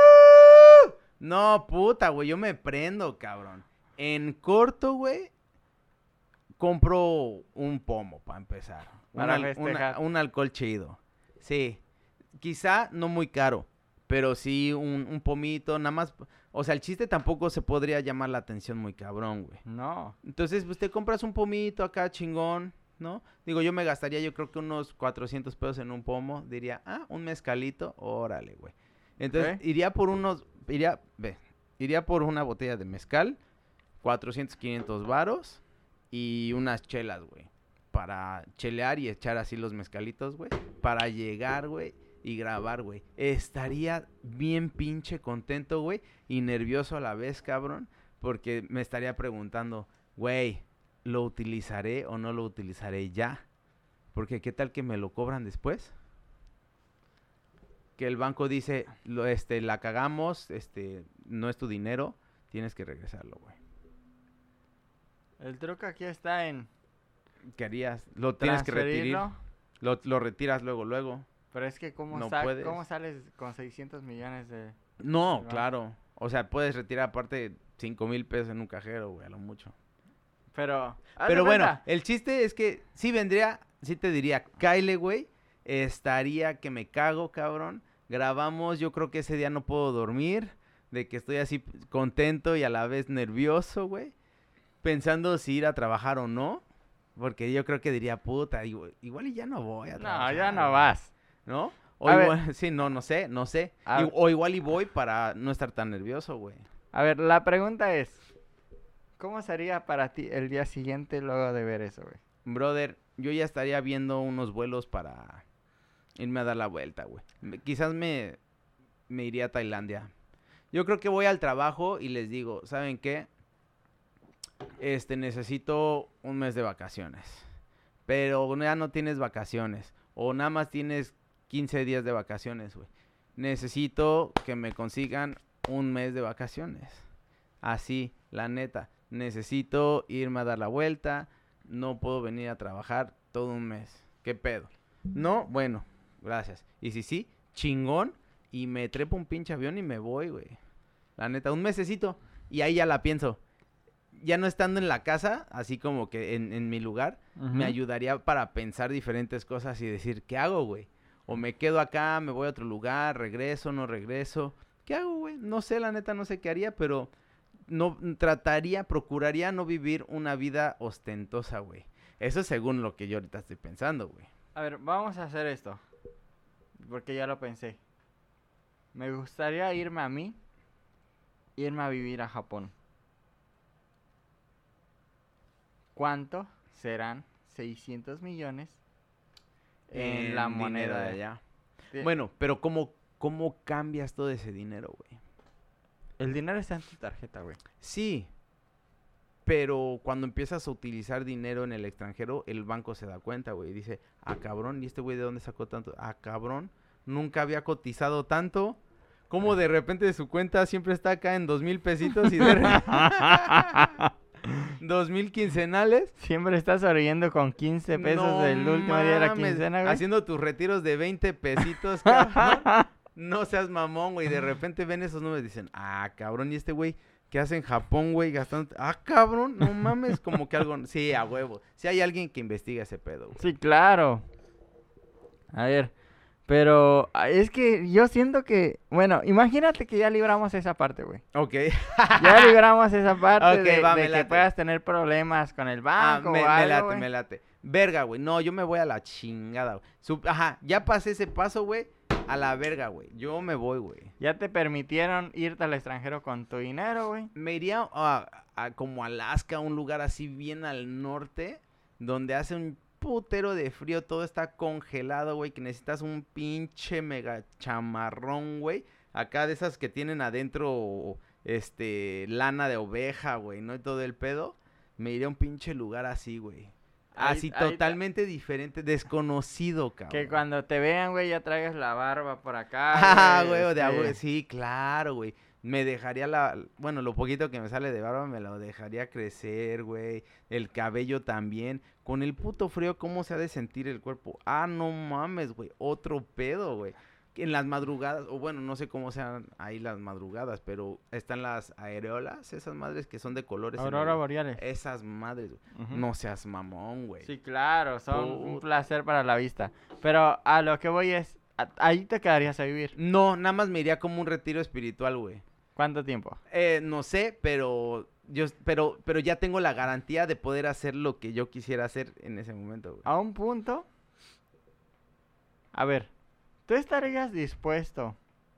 No, puta, güey, yo me prendo, cabrón. En corto, güey, compro un pomo para empezar. Para festejar. Un alcohol chido. Sí, quizá no muy caro, pero sí un pomito, nada más. O sea, el chiste tampoco se podría llamar la atención muy cabrón, güey. No. Entonces, pues te compras un pomito acá chingón, ¿no? Digo, yo me gastaría yo creo que unos 400 pesos en un pomo. Diría, un mezcalito, órale, güey. Entonces, ¿Ok? iría por una botella de mezcal, 400, 500 varos y unas chelas, güey. Para chelear y echar así los mezcalitos, güey. Para llegar, güey, y grabar, güey. Estaría bien pinche contento, güey, y nervioso a la vez, cabrón, porque me estaría preguntando, güey, ¿lo utilizaré o no lo utilizaré ya? Porque qué tal que me lo cobran después. Que el banco dice, la cagamos, no es tu dinero, tienes que regresarlo, güey. El truco aquí está en ¿Qué harías? Lo tienes que retirar. transferirlo. Lo retiras luego. Pero es que No puedes. ¿cómo sales con 600 millones de... No, del claro. O sea, puedes retirar aparte 5,000 pesos en un cajero, güey, a lo mucho. Pero... haz de Pero bueno, cuenta. el chiste es que sí vendría, sí te diría, Kyle, güey, estaría que me cago, cabrón. Grabamos, yo creo que ese día no puedo dormir, de que estoy así contento y a la vez nervioso, güey. Pensando si ir a trabajar o no, porque yo creo que diría, puta, igual y ya no voy a trabajar. No, ya no güey, vas. ¿no? O A ver. igual, sí, no sé. A ver. O igual y voy para no estar tan nervioso, güey. A ver, la pregunta es... ¿Cómo sería para ti el día siguiente luego de ver eso, güey? Brother, yo ya estaría viendo unos vuelos para irme a dar la vuelta, güey. Quizás me iría a Tailandia. Yo creo que voy al trabajo y les digo, ¿saben qué? Necesito un mes de vacaciones. Pero ya no tienes vacaciones. O nada más tienes 15 días de vacaciones, güey. Necesito que me consigan un mes de vacaciones. Así, la neta. necesito irme a dar la vuelta, no puedo venir a trabajar todo un mes. ¿Qué pedo? No, bueno, gracias. Y si sí, chingón, y me trepo un pinche avión y me voy, güey. La neta, un mesecito, y ahí ya la pienso. Ya no estando en la casa, así como que en mi lugar, me ayudaría para pensar diferentes cosas y decir, ¿qué hago, güey? O me quedo acá, me voy a otro lugar, regreso, no regreso. ¿Qué hago, güey? No sé, la neta, no sé qué haría, pero no procuraría no vivir una vida ostentosa, güey. Eso es según lo que yo ahorita estoy pensando, güey. A ver, vamos a hacer esto. Porque ya lo pensé. Me gustaría irme a vivir a Japón. ¿Cuánto serán 600 millones en la moneda de allá? Bueno, pero ¿cómo cambias todo ese dinero, güey? El dinero está en tu tarjeta, güey. Sí, pero cuando empiezas a utilizar dinero en el extranjero, el banco se da cuenta, güey. Y dice, cabrón, ¿y este güey de dónde sacó tanto? Cabrón, nunca había cotizado tanto. ¿Cómo de repente de su cuenta siempre está acá en 2,000 pesitos y de repente... 2,000 quincenales? Siempre estás sonriendo con 15 pesos del último día de la quincena, güey. Haciendo tus retiros de 20 pesitos, cabrón. No seas mamón, güey. De repente ven esos números y dicen, cabrón, ¿y este güey qué hace en Japón, güey? Gastando... cabrón, no mames, como que algo... Sí, a huevo. Sí hay alguien que investiga ese pedo, güey. Sí, claro. A ver, pero es que yo siento que... Bueno, imagínate que ya libramos esa parte, güey. Ok. Ya libramos esa parte Okay, de que puedas tener problemas con el banco o algo, me late. Verga, güey. No, yo me voy a la chingada, güey. Ya pasé ese paso, güey. A la verga, güey. Yo me voy, güey. ¿Ya te permitieron irte al extranjero con tu dinero, güey? Me iría como Alaska, un lugar así bien al norte, donde hace un putero de frío, todo está congelado, güey, que necesitas un pinche mega chamarrón, güey. Acá de esas que tienen adentro, lana de oveja, güey, ¿no? Y todo el pedo. Me iría a un pinche lugar así, güey. Así totalmente diferente, desconocido, cabrón. Que cuando te vean, güey, ya traigas la barba por acá, güey, sí, claro, güey. Me dejaría bueno, lo poquito que me sale de barba me lo dejaría crecer, güey. El cabello también. Con el puto frío, ¿cómo se ha de sentir el cuerpo? No mames, güey, otro pedo, güey. En las madrugadas, o bueno, no sé cómo sean ahí las madrugadas, pero están las areolas, esas madres que son de colores. Aurora boreales. Esas madres, güey. No seas mamón, güey. Sí, claro, son un placer para la vista. Pero a lo que voy es, ahí te quedarías a vivir. No, nada más me iría como un retiro espiritual, güey. ¿Cuánto tiempo? No sé, pero ya tengo la garantía de poder hacer lo que yo quisiera hacer en ese momento, güey. A un punto. A ver, ¿tú estarías dispuesto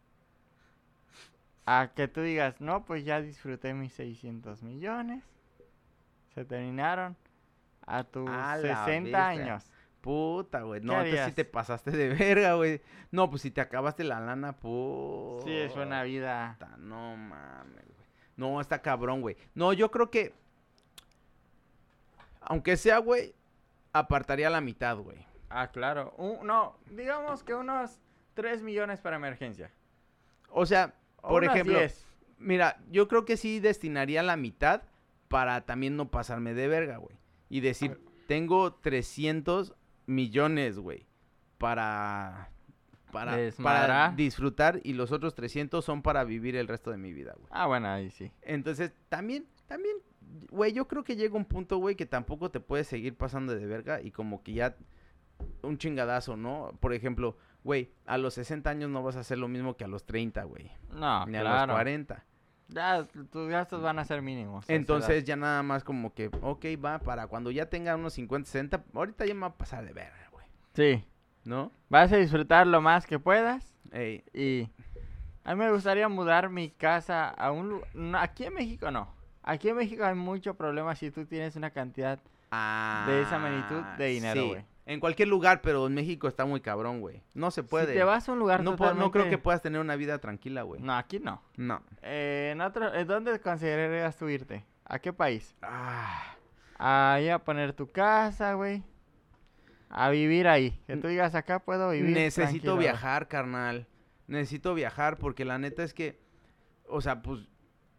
a que tú digas, no, pues ya disfruté mis 600 millones, se terminaron a tus 60 años? Puta, güey. No, entonces sí te pasaste de verga, güey. No, pues si te acabaste la lana, sí, es una vida. No mames, güey. No, está cabrón, güey. No, yo creo que, aunque sea, güey, apartaría la mitad, güey. Claro. No, digamos que unos 3 millones para emergencia. O sea, por ejemplo, 10. Mira, yo creo que sí destinaría la mitad para también no pasarme de verga, güey. Y decir, tengo 300 millones, güey, para disfrutar, y los otros 300 son para vivir el resto de mi vida, güey. Bueno, ahí sí. Entonces, también, güey, yo creo que llega un punto, güey, que tampoco te puedes seguir pasando de verga y como que ya un chingadazo, ¿no? Por ejemplo, güey, a los 60 años no vas a hacer lo mismo que a los 30, güey. No, ni a los 40. Ya, tus gastos van a ser mínimos. Entonces ya nada más como que, ok, va, para cuando ya tenga unos 50, 60, ahorita ya me va a pasar de verga, güey. Sí. ¿No? Vas a disfrutar lo más que puedas. Ey. Y a mí me gustaría mudar mi casa a un lugar. No, aquí en México no. Aquí en México hay mucho problema si tú tienes una cantidad de esa magnitud de dinero, güey. Sí. En cualquier lugar, pero en México está muy cabrón, güey. No se puede. Si te vas a un lugar no creo que puedas tener una vida tranquila, güey. No, aquí no. No. ¿Dónde considerarías tú irte? ¿A qué país? Ahí a poner tu casa, güey. A vivir ahí. Que tú digas, acá puedo vivir. Necesito viajar, carnal. Necesito viajar porque la neta es que, o sea, pues,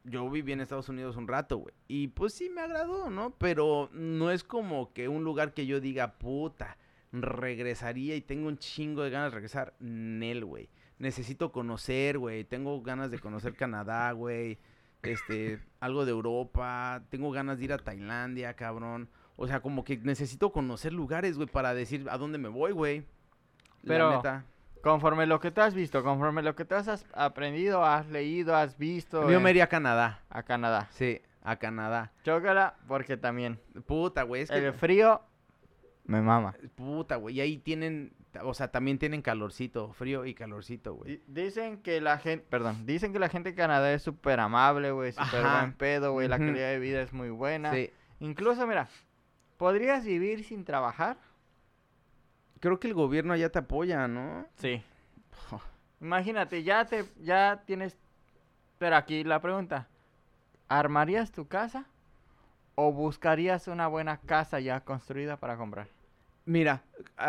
yo viví en Estados Unidos un rato, güey. Y pues sí me agradó, ¿no? Pero no es como que un lugar que yo diga, puta, regresaría y tengo un chingo de ganas de regresar. Nel, güey. Necesito conocer, güey. Tengo ganas de conocer Canadá, güey. Algo de Europa. Tengo ganas de ir a Tailandia, cabrón. O sea, como que necesito conocer lugares, güey, para decir a dónde me voy, güey. Pero- La neta. Conforme lo que tú has visto, conforme lo que tú has aprendido, has leído, has visto Yo me iría a Canadá. a Canadá. Sí, a Canadá. Chócala, porque también Puta, güey. Es que... el frío me mama. Puta, güey. Y ahí tienen... O sea, también tienen calorcito. Frío y calorcito, güey. Dicen que la gente, dicen que la gente de Canadá es súper amable, güey, súper Ajá. buen pedo, güey, la Ujú. calidad de vida es muy buena. Sí. Incluso, mira, ¿podrías vivir sin trabajar? Creo que el gobierno ya te apoya, ¿no? Sí. Imagínate, ya tienes, pero aquí la pregunta, ¿armarías tu casa o buscarías una buena casa ya construida para comprar? Mira,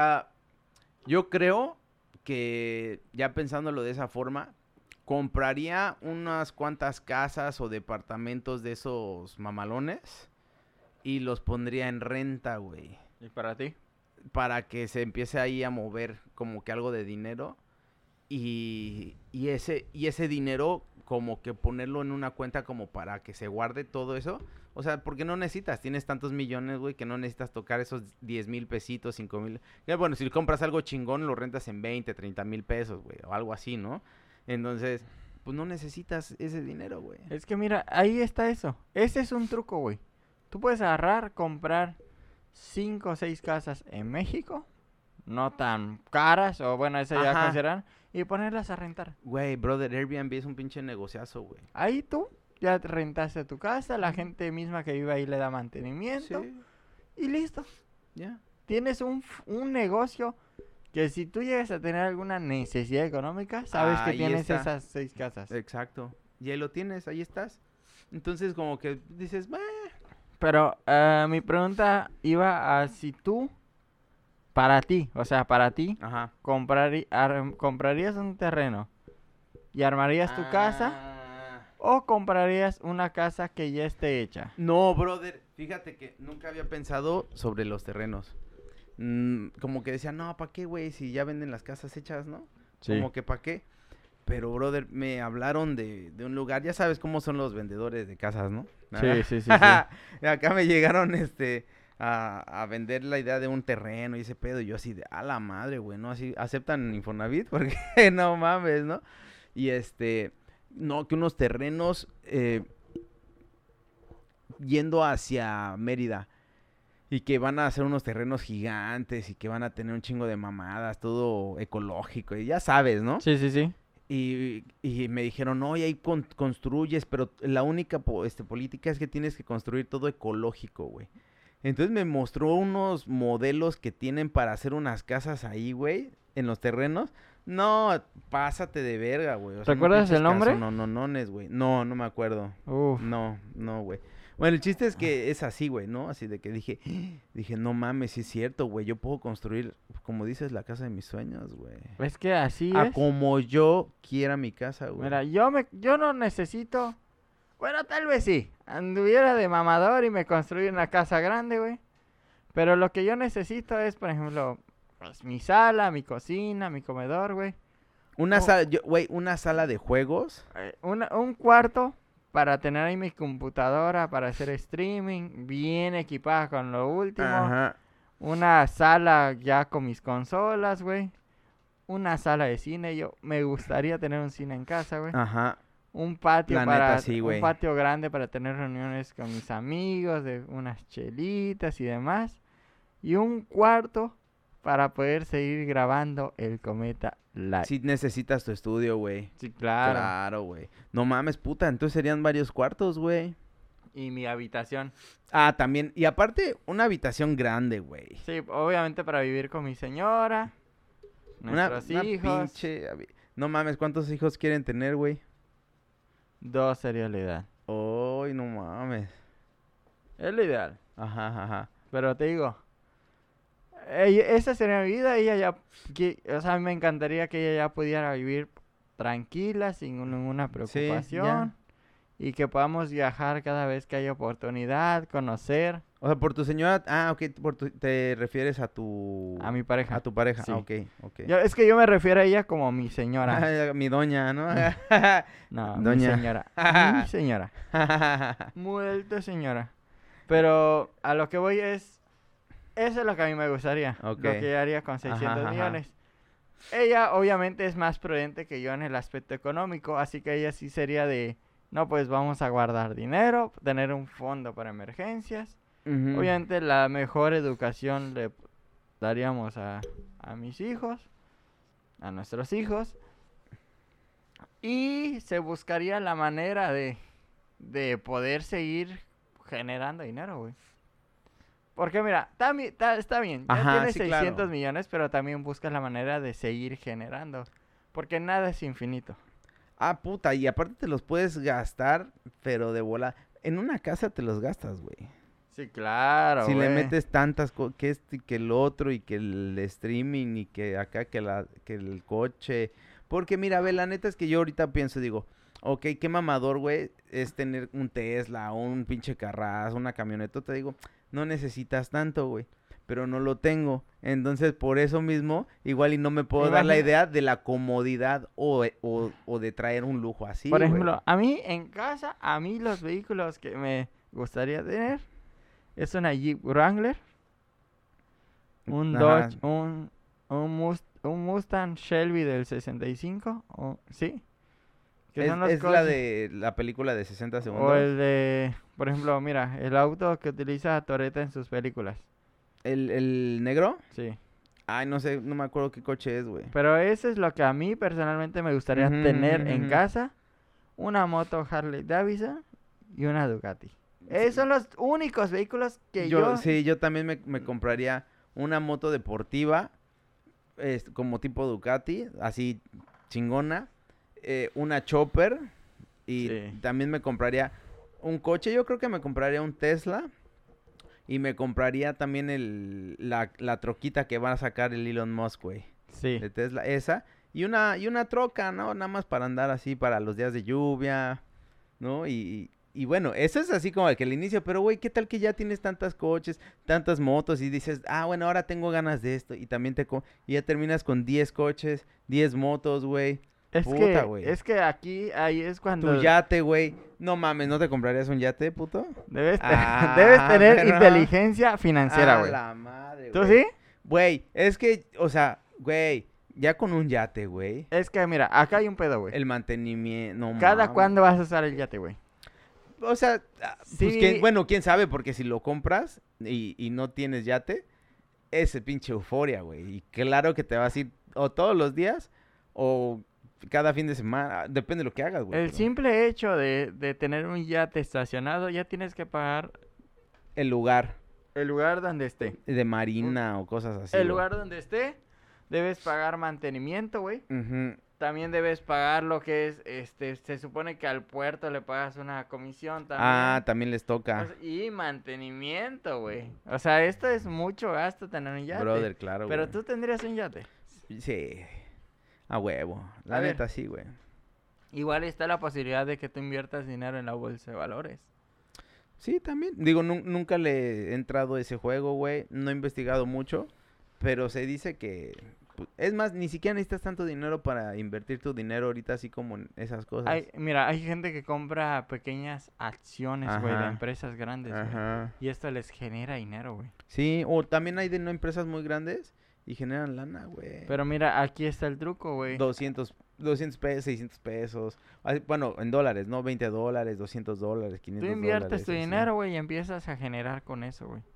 yo creo que ya pensándolo de esa forma, compraría unas cuantas casas o departamentos de esos mamalones y los pondría en renta, güey. ¿Y para ti? Para que se empiece ahí a mover como que algo de dinero y ese dinero como que ponerlo en una cuenta como para que se guarde todo eso. O sea, porque no necesitas, tienes tantos millones, güey, que no necesitas tocar esos 10,000 pesitos, 5,000. Ya, bueno, si compras algo chingón, lo rentas en 20, 30,000 pesos, güey, o algo así, ¿no? Entonces, pues no necesitas ese dinero, güey. Es que mira, ahí está eso. Ese es un truco, güey. Tú puedes agarrar, comprar 5 o 6 casas en México, no tan caras, o bueno, esa ya Ajá. consideran, y ponerlas a rentar. Güey, brother, Airbnb es un pinche negociazo, güey. Ahí tú ya rentaste tu casa, la gente misma que vive ahí le da mantenimiento, Sí, y listo. ya. Tienes un negocio que si tú llegas a tener alguna necesidad económica, sabes que Ahí tienes está. esas 6 casas. Exacto. Y ahí lo tienes, ahí estás. Entonces, como que dices, "Bah". Pero mi pregunta iba a si tú, para ti, o sea, para ti, Ajá. ¿comprarías un terreno y armarías tu casa o comprarías una casa que ya esté hecha? No, brother, fíjate que nunca había pensado sobre los terrenos. Como que decía, no, ¿para qué, güey? Si ya venden las casas hechas, ¿no? Como que ¿para qué? Pero, brother, me hablaron de un lugar, ya sabes cómo son los vendedores de casas, ¿no? Sí. Y acá me llegaron, a vender la idea de un terreno y ese pedo, y yo así de, a la madre, güey, ¿no? Así, ¿aceptan Infonavit? Porque no mames, ¿no? Y no, que unos terrenos yendo hacia Mérida. Y que van a hacer unos terrenos gigantes y que van a tener un chingo de mamadas, todo ecológico, y ya sabes, ¿no? Sí. Y me dijeron, no, y ahí construyes, pero la única política es que tienes que construir todo ecológico, güey. Entonces me mostró unos modelos que tienen para hacer unas casas ahí, güey, en los terrenos. No, pásate de verga, güey. O sea, ¿Recuerdas el nombre? No, güey. No me acuerdo. Uf. No, güey. Bueno, el chiste es que es así, güey, ¿no? Así de que dije, no mames, sí es cierto, güey. Yo puedo construir, como dices, la casa de mis sueños, güey. Es que así A es. como yo quiera mi casa, güey. Mira, yo no necesito. Bueno, tal vez sí. Anduviera de mamador y me construye una casa grande, güey. Pero lo que yo necesito es, por ejemplo, pues, mi sala, mi cocina, mi comedor, güey. Una Oh. sala, güey, una sala de juegos. Un cuarto para tener ahí mi computadora para hacer streaming, bien equipada con lo último. Ajá. Una sala ya con mis consolas, güey. Una sala de cine. Yo me gustaría tener un cine en casa, güey. Ajá. Un patio La para neta, sí, güey. un patio grande para tener reuniones con mis amigos, de unas chelitas y demás. Y un cuarto para poder seguir grabando el Cometa Live. Sí necesitas tu estudio, güey. Sí, claro. Claro, güey. No mames, puta, entonces serían varios cuartos, güey. Y mi habitación. Ah, también. Y aparte, una habitación grande, güey. Sí, obviamente para vivir con mi señora, nuestros hijos. No mames, ¿cuántos hijos quieren tener, güey? 2 sería la ideal. Ay, no mames. Es lo ideal. Ajá. Pero te digo, esa sería mi vida. Ella ya, o sea, a mí me encantaría que ella ya pudiera vivir tranquila, sin ninguna preocupación. y que podamos viajar cada vez que haya oportunidad, conocer O sea, por tu señora, ok, te refieres a tu... a mi pareja. A tu pareja, Sí. ok. Es que yo me refiero a ella como mi señora. Mi doña, ¿no? No, mi Doña. señora. Mi señora. Muerta señora. Pero a lo que voy es... Eso es lo que a mí me gustaría. Ok. Lo que yo haría con 600 Ajá. millones. Ella obviamente es más prudente que yo en el aspecto económico. Así que ella sí sería de... No, pues vamos a guardar dinero. Tener un fondo para emergencias. Ujú. Obviamente la mejor educación le daríamos a mis hijos. A nuestros hijos. Y se buscaría la manera de poder seguir generando dinero, güey. Porque mira, está bien, ya Ajá, tienes sí, 600 claro. millones, pero también buscas la manera de seguir generando. Porque nada es infinito. Ah, puta, y aparte te los puedes gastar, pero de bola. En una casa te los gastas, güey. Sí, claro, Si le güey. metes tantas cosas, que y que el otro, y que el streaming, y que acá, que el coche. Porque mira, ve, la neta es que yo ahorita pienso, digo, ok, qué mamador, güey, es tener un Tesla, o un pinche carrazo, una camioneta. Te digo, no necesitas tanto, güey. Pero no lo tengo. Entonces, por eso mismo, igual y no me puedo dar la Imagina- idea de la comodidad o de traer un lujo así, Por güey. ejemplo, a mí en casa, a mí los vehículos que me gustaría tener es una Jeep Wrangler, un Ajá. Dodge, un Mustang Shelby del 65, ¿sí? Que son los Es la coches. de la película de 60 O segundos. el de, por ejemplo, mira, el auto que utiliza Toretto en sus películas. ¿El negro? Sí. Ay, no sé, no me acuerdo qué coche es, güey. Pero eso es lo que a mí personalmente me gustaría Ujú, tener ujú, en ujú. casa. Una moto Harley Davidson y una Ducati. Esos son los únicos vehículos que yo... Sí, yo también me compraría una moto deportiva, como tipo Ducati, así chingona, una Chopper, y Sí. también me compraría un coche. Yo creo que me compraría un Tesla, y me compraría también la troquita que va a sacar el Elon Musk, güey, Sí. de Tesla, esa, y una troca, ¿no? Nada más para andar así para los días de lluvia, ¿no? Y bueno, eso es así como el que el inicio, pero güey, ¿qué tal que ya tienes tantos coches, tantas motos y dices, bueno, ahora tengo ganas de esto y también y ya terminas con 10 coches, 10 motos, güey. Puta, güey. Es que ahí es cuando Tu yate, güey. No mames, ¿no te comprarías un yate, puto? debes, Ah, debes tener perro. inteligencia financiera, güey. La madre, ¿Tú güey. sí? Güey, es que, o sea, güey, ya con un yate, güey, Es que mira, acá hay un pedo, güey. el mantenimiento, no ¿Cada mames. cuándo vas a usar el yate, güey? O sea, pues Sí. bueno, quién sabe, porque si lo compras y no tienes yate, es pinche euforia, güey. Y claro que te vas a ir o todos los días o cada fin de semana, depende de lo que hagas, güey. El pero simple hecho de tener un yate estacionado, ya tienes que pagar el lugar el lugar donde esté. de marina o cosas así. El güey. lugar donde esté, debes pagar mantenimiento, güey. Ujú. También debes pagar lo que es, se supone que al puerto le pagas una comisión también. Ah, también les toca. O sea, y mantenimiento, güey. O sea, esto es mucho gasto tener un yate. Brother, claro, Pero güey. tú tendrías un yate. Sí, a huevo. La A ver. neta sí, güey. Igual está la posibilidad de que tú inviertas dinero en la bolsa de valores. Sí, también. Digo, nunca le he entrado a ese juego, güey. No he investigado mucho, pero se dice que... Es más, ni siquiera necesitas tanto dinero para invertir tu dinero ahorita así como en esas cosas. Mira, hay gente que compra pequeñas acciones, güey, de Ajá. empresas grandes, güey. Ajá. Y esto les genera dinero, güey. Sí, o también hay de no empresas muy grandes y generan lana, güey. Pero mira, aquí está el truco, güey. 200 pesos, 600 pesos. Bueno, en dólares, ¿no? $20, $200, 500 Tú inviertes dólares, tu así. dinero, güey, y empiezas a generar con eso, güey.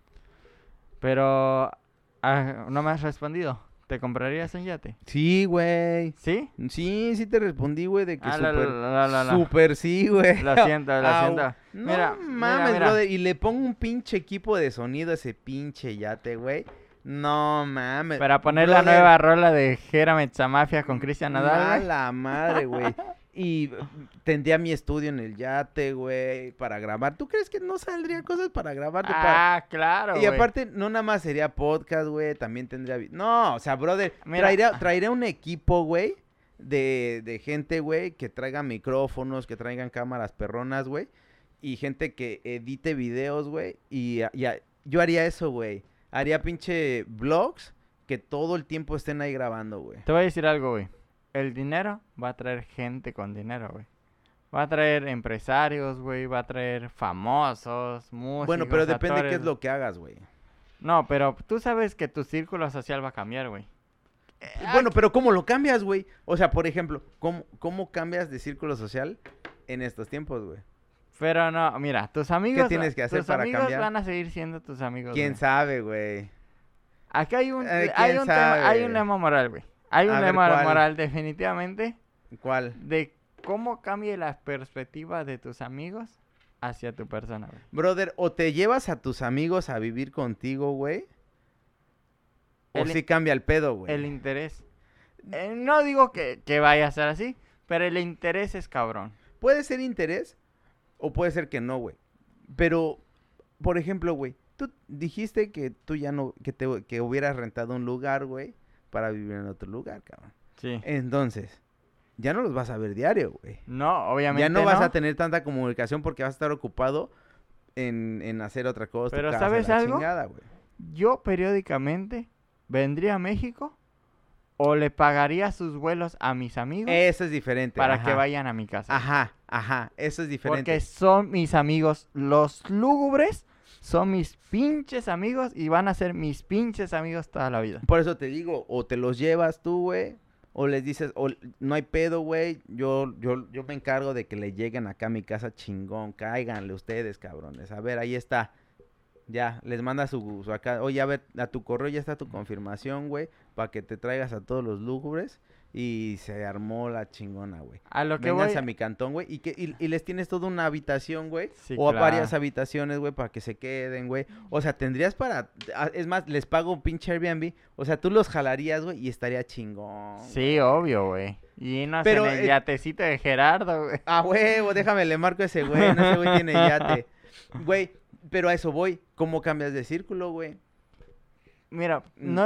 Pero no me has respondido. ¿Te comprarías un yate? Sí, güey. ¿Sí? Sí te respondí, güey, de que Ah, súper, súper sí, güey. Lo siento, lo Au. siento. No Mira, mames, mira. brother. Y le pongo un pinche equipo de sonido a ese pinche yate, güey. No mames. Para poner la brother, nueva rola de Jera Metzamafia con Cristian Nadal, güey. la madre, güey. Y tendría mi estudio en el yate, güey, para grabar. ¿Tú crees que no saldría cosas para grabarte? Claro, Y güey. aparte, no nada más sería podcast, güey, también tendría... No, o sea, brother, Mira. traería un equipo, güey, de gente, güey, que traiga micrófonos, que traigan cámaras perronas, güey. Y gente que edite videos, güey. Yo haría eso, güey. Haría pinche vlogs que todo el tiempo estén ahí grabando, güey. Te voy a decir algo, güey. El dinero va a traer gente con dinero, güey. Va a traer empresarios, güey. Va a traer famosos, músicos, Bueno, pero depende actores. qué es lo que hagas, güey. No, pero tú sabes que tu círculo social va a cambiar, güey. Bueno, pero ¿cómo lo cambias, güey? O sea, por ejemplo, ¿cómo cambias de círculo social en estos tiempos, güey? Pero no, mira, tus amigos... ¿Qué tienes que hacer tus para amigos cambiar? van a seguir siendo tus amigos, ¿Quién güey. sabe, güey? Aquí hay un, ¿Quién hay un tema, hay un sabe? lema moral, güey. Hay un A ver, lema ¿cuál? moral definitivamente ¿Cuál? de cómo cambie la perspectiva de tus amigos hacia tu persona, güey. Brother, o te llevas a tus amigos a vivir contigo, güey. O El- sí cambia el pedo, güey. El interés. No digo que vaya a ser así, pero el interés es cabrón. Puede ser interés o puede ser que no, güey. Pero, por ejemplo, güey, tú dijiste que tú ya no, que hubieras rentado un lugar, güey, para vivir en otro lugar, cabrón. Sí. Entonces, ya no los vas a ver diario, güey. No, obviamente Ya no vas a tener tanta comunicación porque vas a estar ocupado en hacer otra cosa. tu Pero casa, ¿sabes la algo? chingada, güey. Yo periódicamente vendría a México o le pagaría sus vuelos a mis amigos Eso es diferente. para ajá. que vayan a mi casa. Ajá, eso es diferente. Porque son mis amigos, los lúgubres son mis pinches amigos y van a ser mis pinches amigos toda la vida. Por eso te digo, o te los llevas tú, güey, o les dices, o no hay pedo, güey, yo me encargo de que le lleguen acá a mi casa chingón, cáiganle ustedes, cabrones. A ver, ahí está. Ya, les manda su acá, oye, a ver, a tu correo ya está tu confirmación, güey, para que te traigas a todos los lúgubres y se armó la chingona, güey. A lo que Vénganse voy... a mi cantón, güey, y les tienes toda una habitación, güey, Sí, o a claro. varias habitaciones, güey, para que se queden, güey. O sea, tendrías es más, les pago un pinche Airbnb, o sea, tú los jalarías, güey, y estaría chingón. Sí, obvio, güey. Y no Pero, en el yatecito de Gerardo, güey. Ah, huevo, déjame, le marco a ese güey, no, ese güey tiene yate. Güey, pero a eso voy, ¿cómo cambias de círculo, güey? Mira,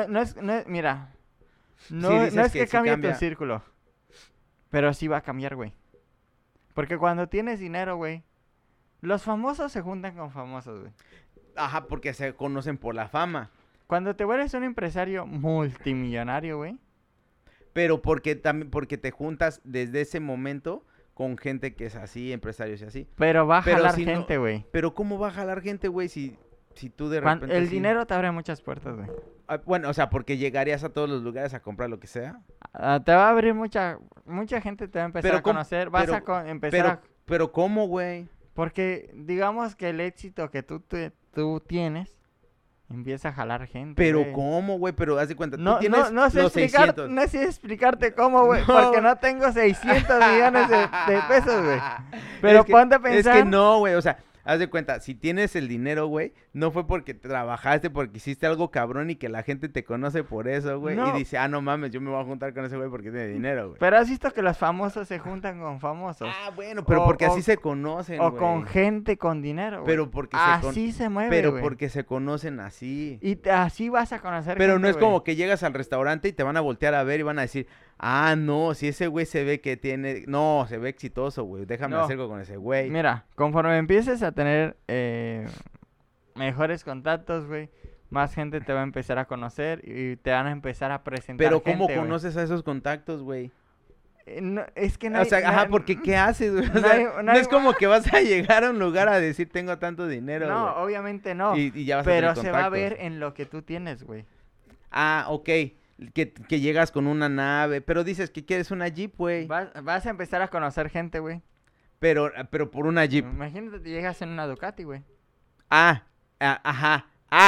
mira, Sí, no dices es que que sí cambie cambia. tu círculo, pero sí va a cambiar, güey. Porque cuando tienes dinero, güey, los famosos se juntan con famosos, güey. Ajá, porque se conocen por la fama. Cuando te vuelves un empresario multimillonario, güey, Pero porque te juntas desde ese momento con gente que es así, empresarios y así. pero va a Pero jalar si no- gente, güey. Pero ¿cómo va a jalar gente, güey, si tú de Cuan- repente El sí- dinero te abre muchas puertas, güey. Ah, bueno, o sea, porque llegarías a todos los lugares a comprar lo que sea. Te va a abrir mucha gente te va a empezar Pero a ¿cómo? conocer, vas Pero- a empezar a... Pero ¿cómo, güey? Porque digamos que el éxito que tú tienes empieza a jalar gente, Pero güey. ¿cómo, güey? Pero haz de cuenta, tú No, tienes no sé los explicar, 600. no sé explicarte cómo, güey, No. porque no tengo 600 millones de pesos, güey. Pero Es que- ponte a Es pensar... que no, güey, o sea, haz de cuenta, si tienes el dinero, güey, no fue porque trabajaste, porque hiciste algo cabrón y que la gente te conoce por eso, güey. No. Y dice, no mames, yo me voy a juntar con ese güey porque tiene dinero, güey. Pero has visto que los famosos se juntan con famosos. Ah, bueno, pero O- porque o- así se conocen, o güey. con gente con dinero, güey. Pero porque Así se mueve, pero güey. porque se conocen así. Así vas a conocer Pero gente, no es güey. como que llegas al restaurante y te van a voltear a ver y van a decir, no, si ese güey se ve que tiene, no, se ve exitoso, güey, déjame No. hacer algo con ese güey. Mira, conforme empieces a tener mejores contactos, güey, más gente te va a empezar a conocer y te van a empezar a presentar Pero ¿cómo gente, güey. conoces a esos contactos, güey? No, es que no O sea, hay- ajá, no- porque ¿qué haces, güey? O no sea, hay- no, no hay- es como que vas a llegar a un lugar a decir, tengo tanto dinero, No, güey. obviamente no. Y ya vas a Pero tener se va a contactos. ver en lo que tú tienes, güey. Ah, ok, que llegas con una nave, pero dices que quieres una Jeep, güey. Vas a empezar a conocer gente, güey. Pero por una Jeep. Imagínate que llegas en una Ducati, güey. Ajá,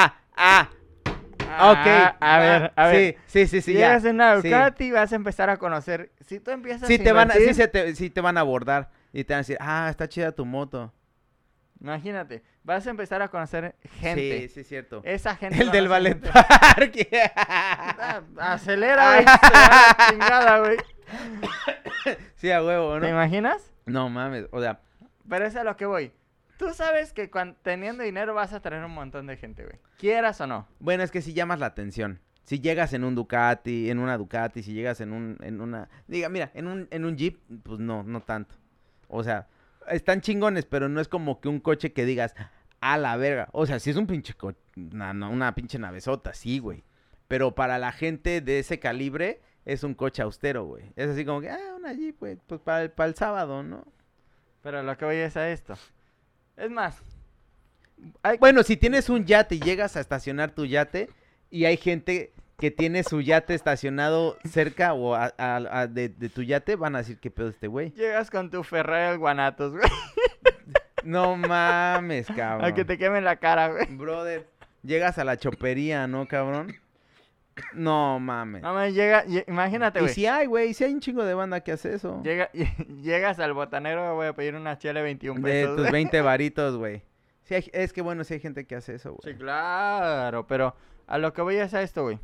ok. A ver. Sí, ya. Llegas en una sí. Ducati y vas a empezar a conocer. Si tú empiezas Sí a te van a, invertir, sí te van a abordar y te van a decir, está chida tu moto. imagínate, vas a empezar a conocer gente. Sí, es cierto. Esa gente. El va del a ballet ser- park. Acelera, güey. Se va a la chingada, güey. Sí, a huevo, ¿Te ¿no? imaginas? No mames, o sea, Pero es a lo que voy. Tú sabes que teniendo dinero vas a traer un montón de gente, güey. Quieras o no. bueno, es que sí llamas la atención. Si llegas en un Ducati, en una Ducati, si llegas en una, mira, en un Jeep, pues no tanto. O sea, están chingones, pero no es como que un coche que digas, a la verga. O sea, si es un pinche una pinche navezota, sí, güey. Pero para la gente de ese calibre, es un coche austero, güey. Es así como que, una Jeep, güey, pues para el sábado, ¿no? Pero lo que voy es a esto. Es más, Bueno, si tienes un yate y llegas a estacionar tu yate y hay gente que tiene su yate estacionado cerca o de tu yate, van a decir, ¿qué pedo este güey? llegas con tu Ferrari al Guanatos, güey. No mames, cabrón. A que te quemen la cara, güey. Brother, llegas a la chopería, ¿no, cabrón? No mames. No me imagínate, Y güey. si hay, güey, si hay un chingo de banda que hace eso. Llegas al botanero, voy a pedir una chela de 21 De pesos. tus güey. 20 varitos, güey. Sí es que bueno, sí hay gente que hace eso, güey. Sí, claro, pero a lo que voy es a esto, güey.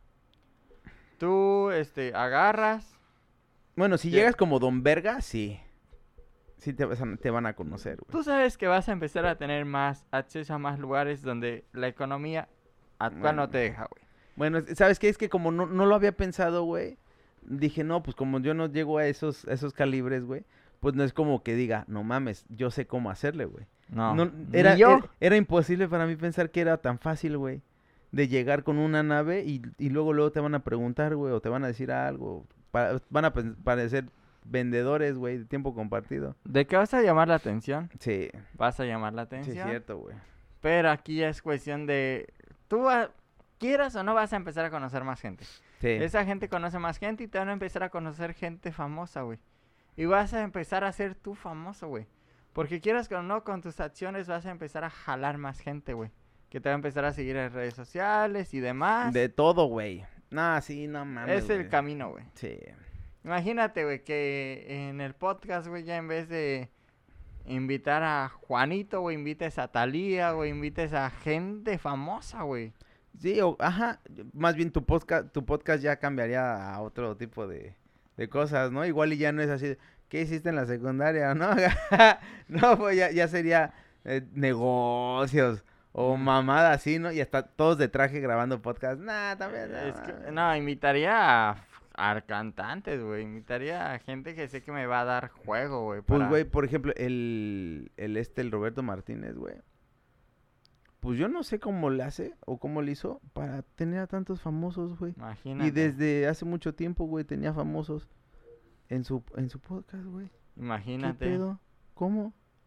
Tú, agarras. Bueno, si ¿Qué? llegas como Don Verga, sí. Sí te van a conocer, güey. Tú sabes que vas a empezar a tener más acceso a más lugares donde la economía actual no te deja, güey. Bueno, ¿sabes qué? Es que como no lo había pensado, güey. Dije, no, pues como yo no llego a esos calibres, güey. Pues no es como que diga, no mames, yo sé cómo hacerle, güey. No, No, ni era, yo. era imposible para mí pensar que era tan fácil, güey. De llegar con una nave y luego te van a preguntar, güey, o te van a decir algo. Van a parecer vendedores, güey, de tiempo compartido. ¿De qué vas a llamar la atención? Sí, Vas a llamar la sí atención. es cierto, güey. Pero aquí ya es cuestión de... Quieras o no, vas a empezar a conocer más gente. Sí. Esa gente conoce más gente y te van a empezar a conocer gente famosa, güey. Y vas a empezar a ser tú famoso, güey. Porque quieras o no, con tus acciones vas a empezar a jalar más gente, güey. Que te va a empezar a seguir en redes sociales y demás. De todo, güey. No, sí, no mames, Es el güey. camino, güey. Sí. Imagínate, güey, que en el podcast, güey, ya en vez de invitar a Juanito, güey, invites a Thalía, güey, invites a gente famosa, güey. Sí, ajá, más bien tu podcast ya cambiaría a otro tipo de cosas, ¿no? Igual y ya no es así, ¿qué hiciste en la secundaria, no? No, pues ya sería negocios o mamada así, ¿no? Y hasta todos de traje grabando podcast. Nah, también. No, invitaría a cantantes, güey, invitaría a gente que sé que me va a dar juego, güey. Pues, para- güey, por ejemplo, el Roberto Martínez, güey. Pues yo no sé cómo le hace o cómo le hizo para tener a tantos famosos, güey. Imagínate. Y desde hace mucho tiempo, güey, tenía famosos en su podcast, güey. ¿Qué Imagínate. pedo? ¿Cómo?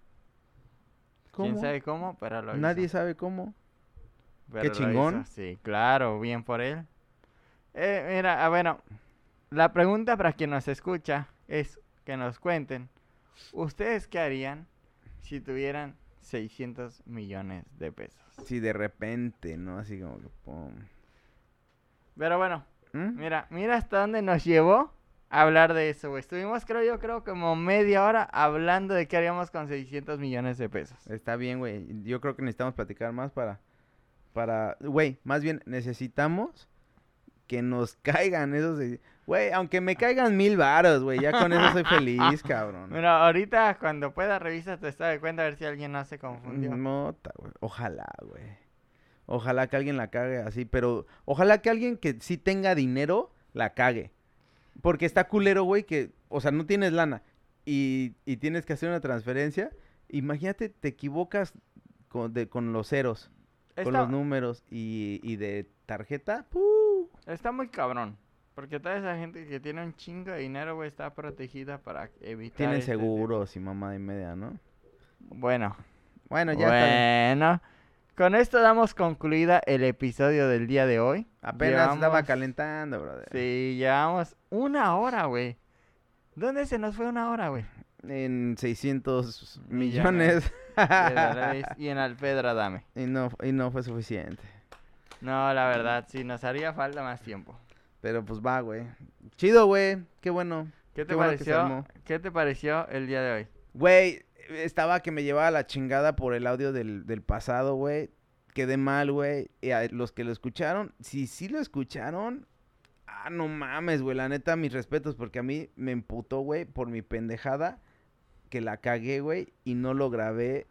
¿Quién sabe cómo? Pero lo Nadie hizo. sabe cómo. Pero qué lo chingón. hizo. Sí, claro, bien por él. Mira, bueno, la pregunta para quien nos escucha es que nos cuenten, ¿ustedes qué harían si tuvieran 600 millones de pesos? Sí, de repente, ¿no? Así como que pum. Pero bueno, ¿Mm? mira hasta dónde nos llevó a hablar de eso, güey. Estuvimos, creo como media hora hablando de qué haríamos con 600 millones de pesos. Está bien, güey. Yo creo que necesitamos platicar más güey, más bien necesitamos que nos caigan esos, güey, aunque me caigan 1000 varos, güey, ya con eso soy feliz, cabrón. Mira, ahorita cuando pueda revisa tu estado de cuenta a ver si alguien no se confundió. Mota, güey. Ojalá, güey. Ojalá que alguien la cague así, pero ojalá que alguien que sí tenga dinero la cague. Porque está culero, güey, que, o sea, no tienes lana y tienes que hacer una transferencia. Imagínate, te equivocas con los ceros, con los números y de tarjeta. Está muy cabrón. Porque toda esa gente que tiene un chingo de dinero, güey, está protegida para evitar. Tienen este tipo- seguros y mamada y media, ¿no? Bueno, Bueno, ya está bien. bueno. Con esto damos concluida el episodio del día de hoy. Apenas estaba Llevamos- calentando, brother. Sí, llevamos 1 hora, güey. ¿Dónde se nos fue 1 hora, güey? En 600 Millones. millones. De dólares y en Alfedra dame. y no fue suficiente. No, la verdad, sí, nos haría falta más tiempo. Pero pues va, güey. Chido, güey. Qué bueno. ¿Qué te Qué bueno que se pareció? armó. ¿Qué te pareció el día de hoy? Güey, estaba que me llevaba la chingada por el audio del pasado, güey. Quedé mal, güey. Y a los que lo escucharon, si sí lo escucharon, no mames, güey. La neta, mis respetos, porque a mí me emputó, güey, por mi pendejada, que la cagué, güey, y no lo grabé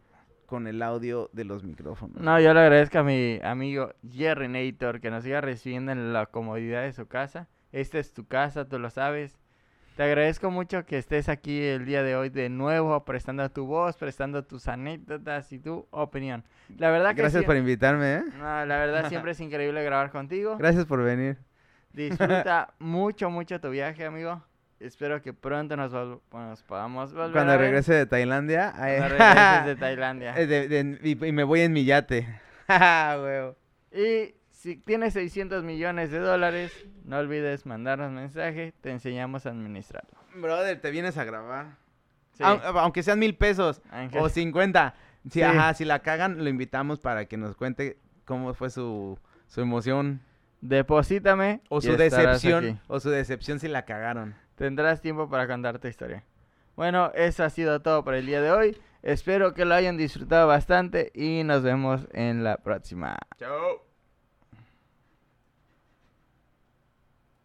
con el audio de los micrófonos. No, yo le agradezco a mi amigo Jerry Nator que nos siga recibiendo en la comodidad de su casa. Esta es tu casa, tú lo sabes. Te agradezco mucho que estés aquí el día de hoy de nuevo, prestando tu voz, prestando tus anécdotas y tu opinión. La verdad que Gracias por invitarme, ¿eh? No, la verdad siempre es increíble grabar contigo. Gracias por venir. Disfruta mucho, mucho tu viaje, amigo. Espero que pronto nos podamos volver Cuando a ver. regrese de Tailandia. Cuando regreses de Tailandia. Y me voy en mi yate. Huevo. Y si tienes 600 millones de dólares, no olvides mandarnos mensaje, te enseñamos a administrarlo. Brother, te vienes a grabar. Sí. Aunque sean 1,000 pesos Ángel. o 50. Sí, Sí. ajá, si la cagan, lo invitamos para que nos cuente cómo fue su emoción. Deposítame O y su estarás decepción. aquí. O su decepción si la cagaron. Tendrás tiempo para contar tu historia. Bueno, eso ha sido todo por el día de hoy. Espero que lo hayan disfrutado bastante y nos vemos en la próxima. Chao.